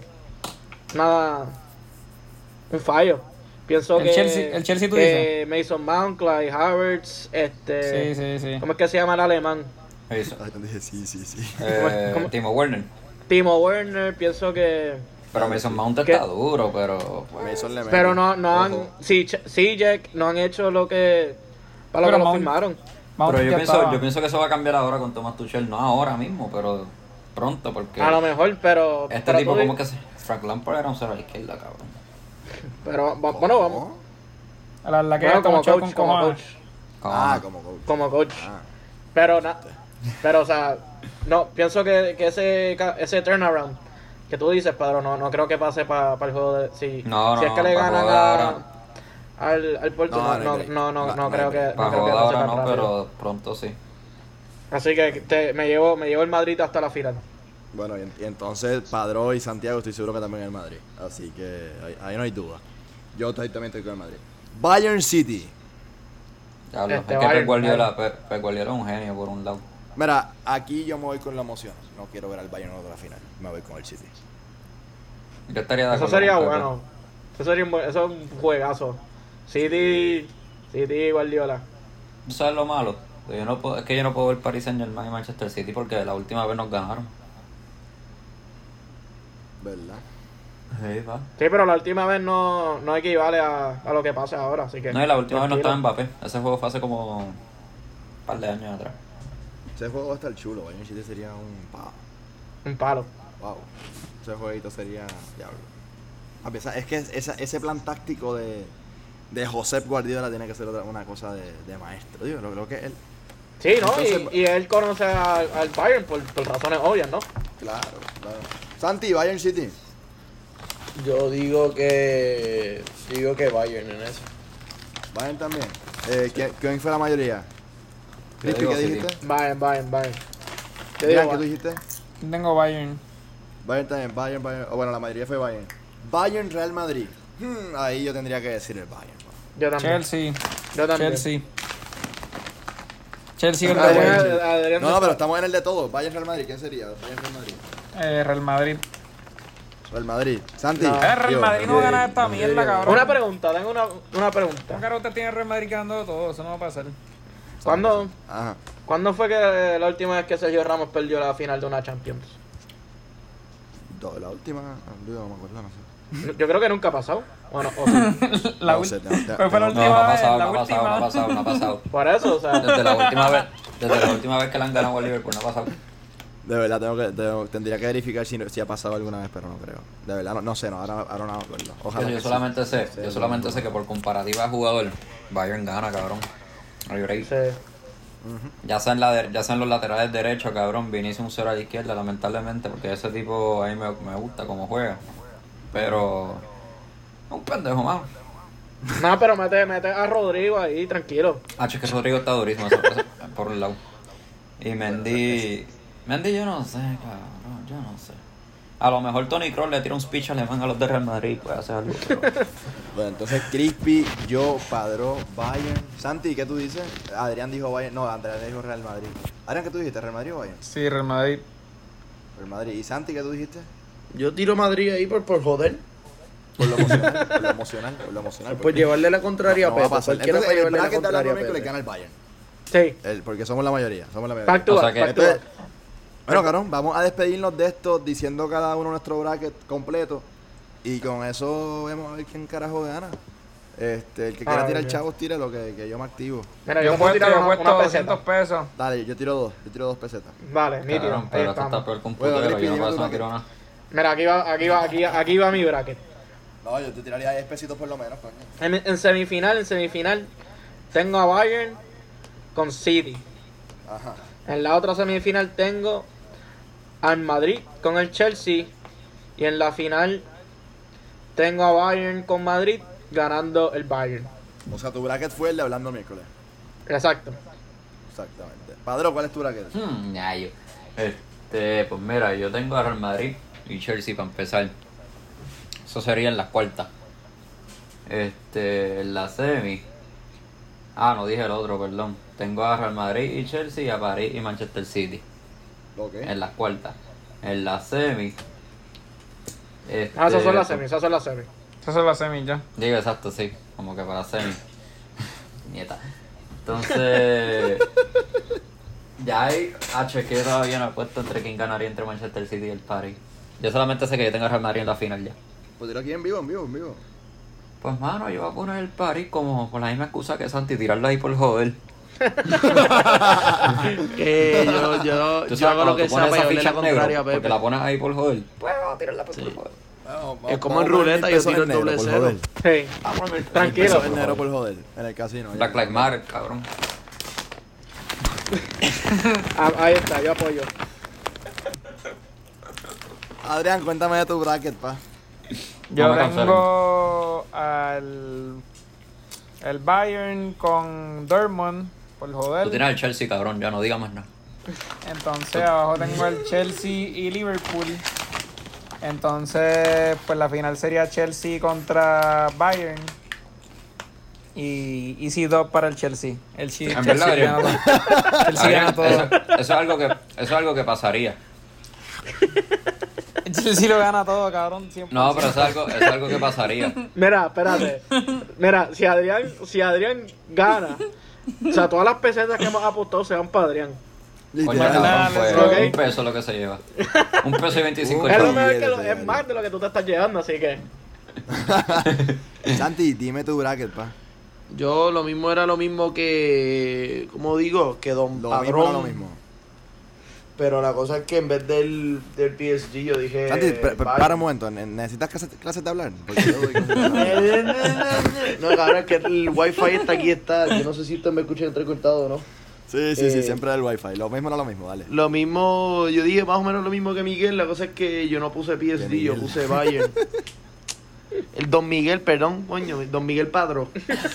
un fallo. Pienso El Chelsea, tú que Mason Mount, Clyde Havertz, Sí. ¿cómo es que se llama el alemán? Eso. Ahí te dije sí. ¿Cómo? Timo Werner. Timo Werner, pienso que... Pero Mason Mount ¿Qué? está duro, pero... pues, Mason le mete. Pero no han... Ojo. Sí, Jack no han hecho lo que... Para lo Pero que lo Mount- firmaron. Mount Pero ya estaba. yo pienso que eso va a cambiar ahora con Thomas Tuchel, no ahora mismo, pero pronto, porque A lo mejor, pero... este pero tipo tú di- como que Frank Lampard era un cero a la izquierda, cabrón. Pero bueno, vamos. La que Bueno, está como mucho coach, con como cojones. coach. Ah, como coach. Como coach. Ah. Pero, o sea, no, pienso que ese turnaround que tú dices, Pedro, no creo que pase para el juego de... Si No, si es que le para ganan juego de ahora. al Porto, No, no no creo que... Para No creo que jugar pase ahora tan no, rápido. pero pronto sí. Así que me llevo el Madrid hasta la final. Bueno, y entonces Padró y Santiago estoy seguro que también en el Madrid. Así que ahí no hay duda. Yo también estoy con el Madrid. Bayern City. Diablo, Este es que Bayern, Pep Guardiola es un genio por un lado. Mira, aquí yo me voy con la emoción. No quiero ver al Bayern en otra final. Me voy con el City. Yo estaría de Eso acuerdo sería con Pepe. bueno. Eso es un juegazo. City Guardiola. ¿Tú sabes lo malo? Es que yo no puedo ver Paris Saint-Germain y Manchester City porque la última vez nos ganaron. ¿Verdad? Sí, va. Sí, pero la última vez no equivale a lo que pasa ahora, así que... No, y la última vez no tranquilo. estaba Mbappé. Ese juego fue hace como un par de años atrás. Ese juego va a estar chulo. Bayern City sería Un palo. wow. Ese jueguito sería diablo. A pesar, es que ese plan táctico de Josep Guardiola tiene que ser una cosa de maestro. Digo, lo creo que él. Sí, ¿no? Entonces- Y él conoce al Bayern por razones obvias, ¿no? Claro. Santi, Bayern City. Yo digo que Bayern en eso. Bayern también. ¿Quién fue la mayoría? Yo Crispy, digo ¿qué City. dijiste? Bayern. Yo Adrián, digo, ¿qué tú dijiste? Tengo Bayern. Bayern también, Bayern. Bueno, la mayoría fue Bayern. Bayern, Real Madrid. Ahí yo tendría que decir el Bayern. yo también. Chelsea. Yo también. Chelsea el Adrián- Bayern. Adrián No, pero estamos en el de todo. Bayern, Real Madrid. ¿Quién sería? Bayern, Real Madrid. Real Madrid. Real Madrid. Santi. No. Real Yo, Madrid no gana esta mierda, cabrón. Una pregunta, tengo una ¿Cómo pregunta. carajo usted tiene Real Madrid ganando todo? Eso no va a pasar. Ajá. ¿Cuándo fue que la última vez que Sergio Ramos perdió la final de una Champions? La última. No me acuerdo, no sé. Yo creo que nunca ha pasado. Bueno, o sí. La No ul- sé, ¿Cuál fue la no, No, última no ha vez? pasado, La no ha pasado, última. no ha pasado, no ha pasado. Por eso, o sea. Desde la última vez que le han ganado al Liverpool no ha pasado. De verdad, tendría que verificar si ha pasado alguna vez, pero no creo. De verdad, no sé, ahora no me acuerdo. Ojalá. Yo que solamente sé que por comparativa de jugador, Bayern gana, cabrón. No hay break. Sí. Ya sea en los laterales derechos, cabrón, Vinicius un cero a la izquierda, lamentablemente, porque ese tipo a mí me gusta cómo juega. Pero Un pendejo, mano. No, pero mete a Rodrigo ahí, tranquilo. Es que Rodrigo está durísimo por un lado. Y Mendy yo no sé, cabrón, yo no sé. A lo mejor Toni Kroos le tira un speech alemán a los de Real Madrid, puede hacer algo. Pero... Bueno, entonces Crispy, yo, Padró, Bayern. Santi, ¿qué tú dices? Adrián dijo Bayern. No, Andrea dijo Real Madrid. Adrián, ¿qué tú dijiste? ¿Real Madrid o Bayern? Sí, Real Madrid. Real Madrid. ¿Y Santi, qué tú dijiste? Yo tiro Madrid ahí por joder. Por lo emocional, por lo emocional, por lo emocional. Por llevarle la contraria a no va a Pepe. pasar. Cualquiera Entonces, para el llevarle la bracket de contraria a Hablando Miércoles Pepe. gana el Bayern. Sí. Porque somos la mayoría, somos la mayoría. Factúa, O sea que- factúa. Bueno, cabrón, vamos a despedirnos de esto diciendo cada uno nuestro bracket completo. Y con eso vemos a ver quién carajo gana. El que quiera Ay, tirar Dios. chavos, tíralo, que yo me activo. Mira, Yo yo puedo tirar una puesto peseta. 200 pesos. Dale, yo tiro 2 pesetas. Vale, nítido. Cabrón, Ahí pero esto está estamos. peor que un Bueno, putero, Crispy, yo no dime puedo tú, no tiro nada. Mira, aquí va mi bracket. No, yo te tiraría 10 pesitos por lo menos, coño. En semifinal, tengo a Bayern con City. Ajá. En la otra semifinal tengo al Madrid con el Chelsea. Y en la final tengo a Bayern con Madrid ganando el Bayern. O sea, tu bracket fue el de Hablando Miércoles. Exacto. Exactamente. Padrón, ¿cuál es tu bracket? Ñayo. Pues mira, yo tengo a Real Madrid y Chelsea para empezar. Eso sería en las cuartas. En la semi. No dije el otro, perdón. Tengo a Real Madrid y Chelsea y a París y Manchester City. Ok. En las cuartas. En la semi. Esas son las semis, esas son las semis. Esas son las semis ya. Digo exacto, sí. Como que para semi. Nieta. Entonces. Ya hay. Es que yo todavía no he puesto entre quién ganaría entre Manchester City y el París. Yo solamente sé que yo tengo a Real Madrid en la final ya. Pues tiro aquí en vivo. Pues mano, yo voy a poner el París como con la misma excusa que Santi, tirarlo ahí por joder. Yo hago lo que sea para llevarle la contraria a porque Pepe. la pones ahí por joder. Pues vamos a tirarla por joder. Es como en ruleta, yo tiro el doble cero. Sí. Tranquilo. Eso es negro por joder. En el casino. Black Lives Matter, cabrón. Ahí está, yo apoyo. Adrián, cuéntame de tu bracket, pa. Yo No me cancelen. tengo el Bayern con Dortmund por Tú joder. tienes el Chelsea, cabrón, ya no digas más nada. Entonces abajo tengo el Chelsea y Liverpool. Entonces, pues la final sería Chelsea contra Bayern. Y Easy 2 para el Chelsea. El En verdad, Adrián. gana todo. Chelsea gana Adrián, todo. eso es algo que pasaría. El Chelsea lo gana todo, cabrón. 100%. No, pero es algo que pasaría. Mira, espérate. Mira, si Adrián gana, o sea, todas las pesetas que hemos apostado se van para Adrián. Coño, Literal. cabrón, pues Ok. un peso lo que se lleva. Un peso y 25 Es lo chavos. mejor que billete, es más de lo que tú te estás llevando, así que. Santi, dime tu bracket, pa. Yo lo mismo era lo mismo que, ¿cómo digo? Que Don Lo Padrón. mismo era lo mismo. Pero la cosa es que en vez del PSG yo dije... Santi, Bayern. para un momento. ¿Necesitas clases de hablar? Porque yo doy clases de hablar. No, cabrón, es que el wifi está aquí, está. Yo no sé si usted me escucha entrecortado o no. Sí, siempre el wifi. Lo mismo era lo mismo, dale. Lo mismo, yo dije más o menos lo mismo que Miguel. La cosa es que yo no puse PSG, yo Miguel. puse Bayern. El Don Miguel, perdón, coño, el Don Miguel Padro.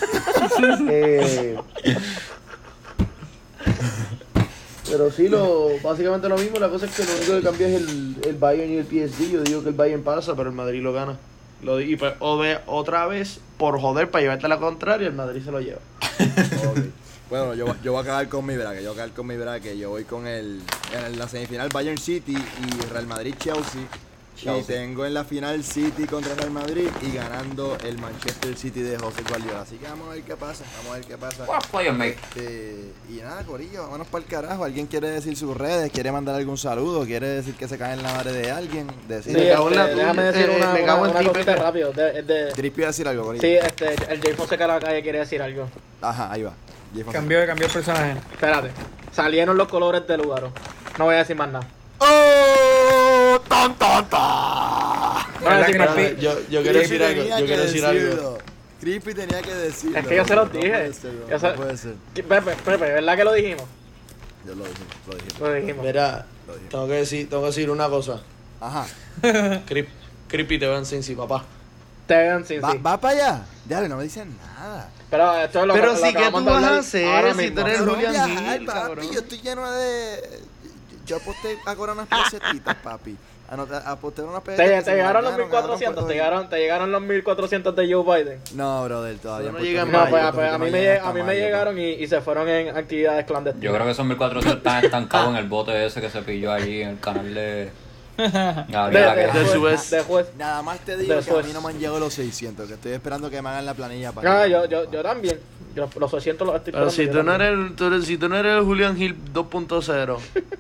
Pero sí, básicamente lo mismo. La cosa es que lo único que cambia es el Bayern y el PSG. Yo digo que el Bayern pasa, pero el Madrid lo gana. Y pues, otra vez, por joder, para llevarte la contraria, el Madrid se lo lleva. Ok. Bueno, yo voy a acabar con mi bracket. Yo voy con en la semifinal Bayern City y Real Madrid Chelsea. Y tengo en la final City contra Real Madrid y ganando el Manchester City de José Guardiola. Así que vamos a ver qué pasa. What player, mate? Y nada, corillo, vámonos para el carajo. ¿Alguien quiere decir sus redes? ¿Quiere mandar algún saludo? ¿Quiere decir que se cae en la madre de alguien? Sí, Me cago en la déjame tuya. decir Me cago en una ti, cosita Pepe. rápido. Crispy va a decir algo, corillo. Sí, el Jay Fonseca de la calle quiere decir algo. Ajá, ahí va. Jay Fonseca. Cambió el personaje. Espérate. Salieron los colores del lugar. No voy a decir más nada. ¡Oh! ¡Ton, ton, ton! No voy a decir más Creepy. nada. Yo quiero decir algo. Tenía Yo que quiero decir algo. decirlo. Creepy tenía que decirlo. Es que yo se los No dije. puede ser, Yo no se- puede ser. Pepe, ¿verdad que lo dijimos? Yo lo dije. Lo dijimos. Mira, Lo dije. tengo que decir una cosa. Ajá. Creepy te va en Cincy, papá. Tegan, sí. ¿Va para allá? Dale, no me dicen nada. Pero esto es lo Pero que sí, ¿qué acabamos tú de vas a hablar hacer ahora si mismo. tú eres Cabrón, Julian viajar, Hill, papi. cabrón? Yo estoy lleno de... Yo aposté a cobrar unas pesetitas, papi. Aposté unas pesetitas. Te llegaron los 1400, te llegaron los 1400 de Joe Biden. No, brother, todavía. Eso no Puerto llega Rico en No, mayo, pues a mí me llegaron y se fueron en actividades clandestinas. Yo creo que esos 1400 están estancados en el bote ese que se pilló allí en el canal de Gabriel de Aquino. Suez. de juez. Nada más te digo que a Después. mí no me han llegado los 600, que estoy esperando que me hagan la planilla para... Ah, yo también. Los 600 los estoy Pero si esperando, tú no yo eres, si tú no eres el Julian Hill 2.0.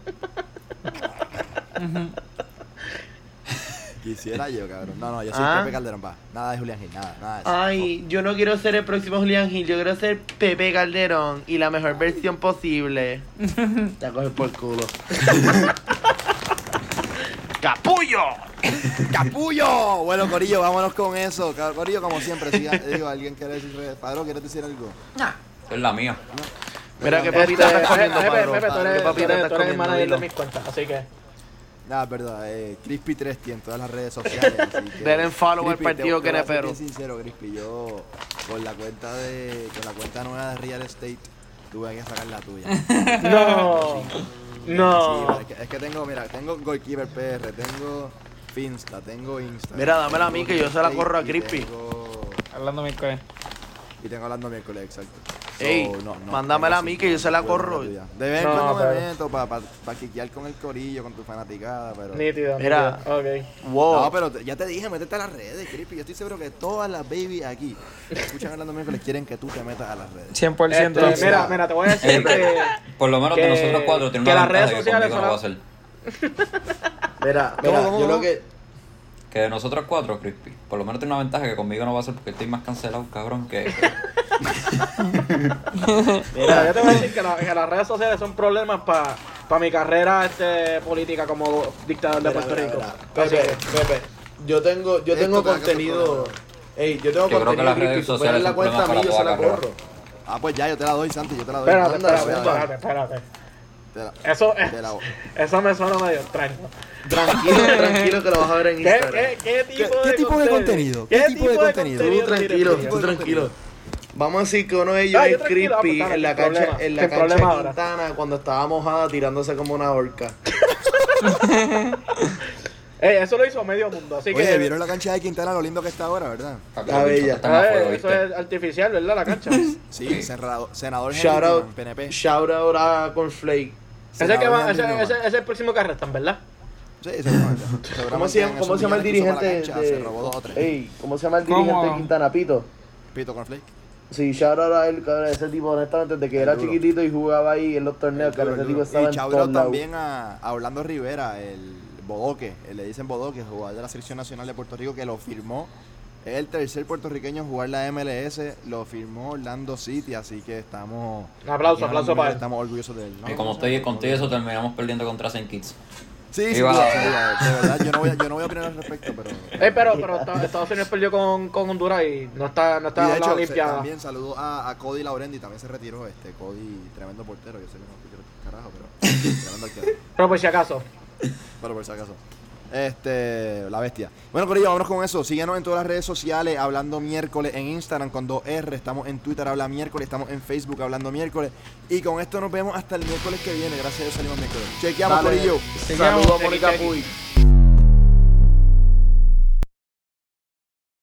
Quisiera yo, cabrón. No, yo soy Ah. Pepe Calderón, pa. Nada de Julián Gil, nada de eso. Ay, yo no quiero ser el próximo Julian Hill, yo quiero ser Pepe Calderón y la mejor versión posible. Te a coger por el culo. ¡Capullo! ¡Capullo! Bueno, Corillo, vámonos con eso. Corillo, como siempre, digo, ¿alguien quiere decir? Padrón, ¿quieres decir algo? Esa es la mía. Mira qué Este, papita estás comiendo, Pepe, Padrón. Pepe, tú ¿Qué eres papita estás el comiendo? manager Dilo. de mis cuentas, así que... Nada, es verdad. Crispy3 en todas las redes sociales. Así que, Denle follow al Crispy, partido te voy a ser quenepero. bien sincero, Crispy. Yo, con la cuenta nueva de Real Estate, tuve que sacar la tuya. No, no. Sí, es que tengo, mira, tengo Goalkeeper PR, tengo Finsta, tengo Insta. Mira, dámela a mí, que yo se la corro a y Crispy. Hablando miércoles. Y tengo hablando miércoles, exacto. Ey, mándamela a mí, que yo se la corro. De vez en No, cuando me pero- meto para quiquear con el corillo, con tu fanaticada, pero... Nítido. Mira. nítido. Ok. Wow. No, pero ya te dije, métete a las redes, Crispy. Yo estoy seguro que todas las babies aquí que escuchan hablando miércoles quieren que tú te metas a las redes. 100%. Mira, te voy a decir que... Por lo menos de que- nosotros cuatro tiene que una las redes ventaja que sociales conmigo no va a son ser. Mira, ¿Cómo? yo lo que... Que de nosotros cuatro, Crispy, por lo menos tiene una ventaja que conmigo no va a ser porque estoy más cancelado, cabrón, que... Mira, yo te voy a decir que las redes sociales son problemas para mi carrera política como dictador de Puerto Rico. Así Pepe, que- Pepe, yo tengo Esto te va a contenido... Ey, yo tengo Yo creo que contenido las redes Crispy, tú sociales pones la son cuenta a mí, problemas yo para se la toda la corro. Ah, pues ya, yo te la doy, Santi, yo te la doy. Espérate, Anda, espérate, espérate. Te la- Eso, te la- eso me suena medio extraño. Tranquilo que lo vas a ver en Instagram. ¿Qué ¿Qué tipo de contenido? ¿Qué tipo de contenido? Tú tranquilo, tienes, tú Crispy? tranquilo. Vamos a decir que uno de ellos Ah, yo es tranquilo, Crispy pues, en la sin cancha, problema, en la sin cancha problema de ahora. Quintana cuando estaba mojada tirándose como una horca. Eso lo hizo medio mundo, así Oye, que... ¿vieron la cancha de Quintana lo lindo que está ahora, verdad? La bella. Está más fuego, Eso ¿viste? es artificial, ¿verdad? La cancha. Sí, senador Shout Henry out, Newman, PNP. shout out a Cornflake. Ese que va, Senador Henry Newman. ese es el próximo que arrestan, ¿verdad? Sí, seguramente. ¿Cómo se llama, Seguramente cómo en se llama el esos millones que dirigente hizo para la cancha, de... Se robó 2 o 3. Ey, ¿cómo se llama el ¿Cómo? dirigente de Quintana? Pito. Pito Cornflake. Sí, shout out a él, cabrón, ese tipo, honestamente, desde que era Duro. chiquitito y jugaba ahí en los torneos, cabrón, ese tipo estaba Y en Chauro todos lados. también a Orlando Rivera, el Bodoque, le dicen Bodoque, jugador de la Selección Nacional de Puerto Rico, que lo firmó. Es el tercer puertorriqueño en jugar la MLS, lo firmó Orlando City, así que estamos... Un aplauso aquí en Orlando para él. Estamos orgullosos de él, ¿no? Y como estoy contigo, eso terminamos perdiendo contra St. Kitts. Sí, Y sí, va. de verdad, yo no voy a opinar al respecto, pero... Pero Estados Unidos perdió con Honduras y no está Y en de la hecho, Olimpiada. también saludó a Cody Laurendi, también se retiró. Cody, tremendo portero, yo sé que no escucho carajo, pero tremendo arquero. Pero por si acaso. Pero por si acaso. La bestia. Bueno, Corillo, vámonos con eso. Síguenos en todas las redes sociales, Hablando Miércoles, en Instagram con 2R. Estamos en Twitter, Habla Miércoles. Estamos en Facebook, Hablando Miércoles. Y con esto nos vemos hasta el miércoles que viene. Gracias a Dios salimos miércoles. Chequeamos, Dale. Corillo. Saludos a Chequi, Mónica chequi. Puy.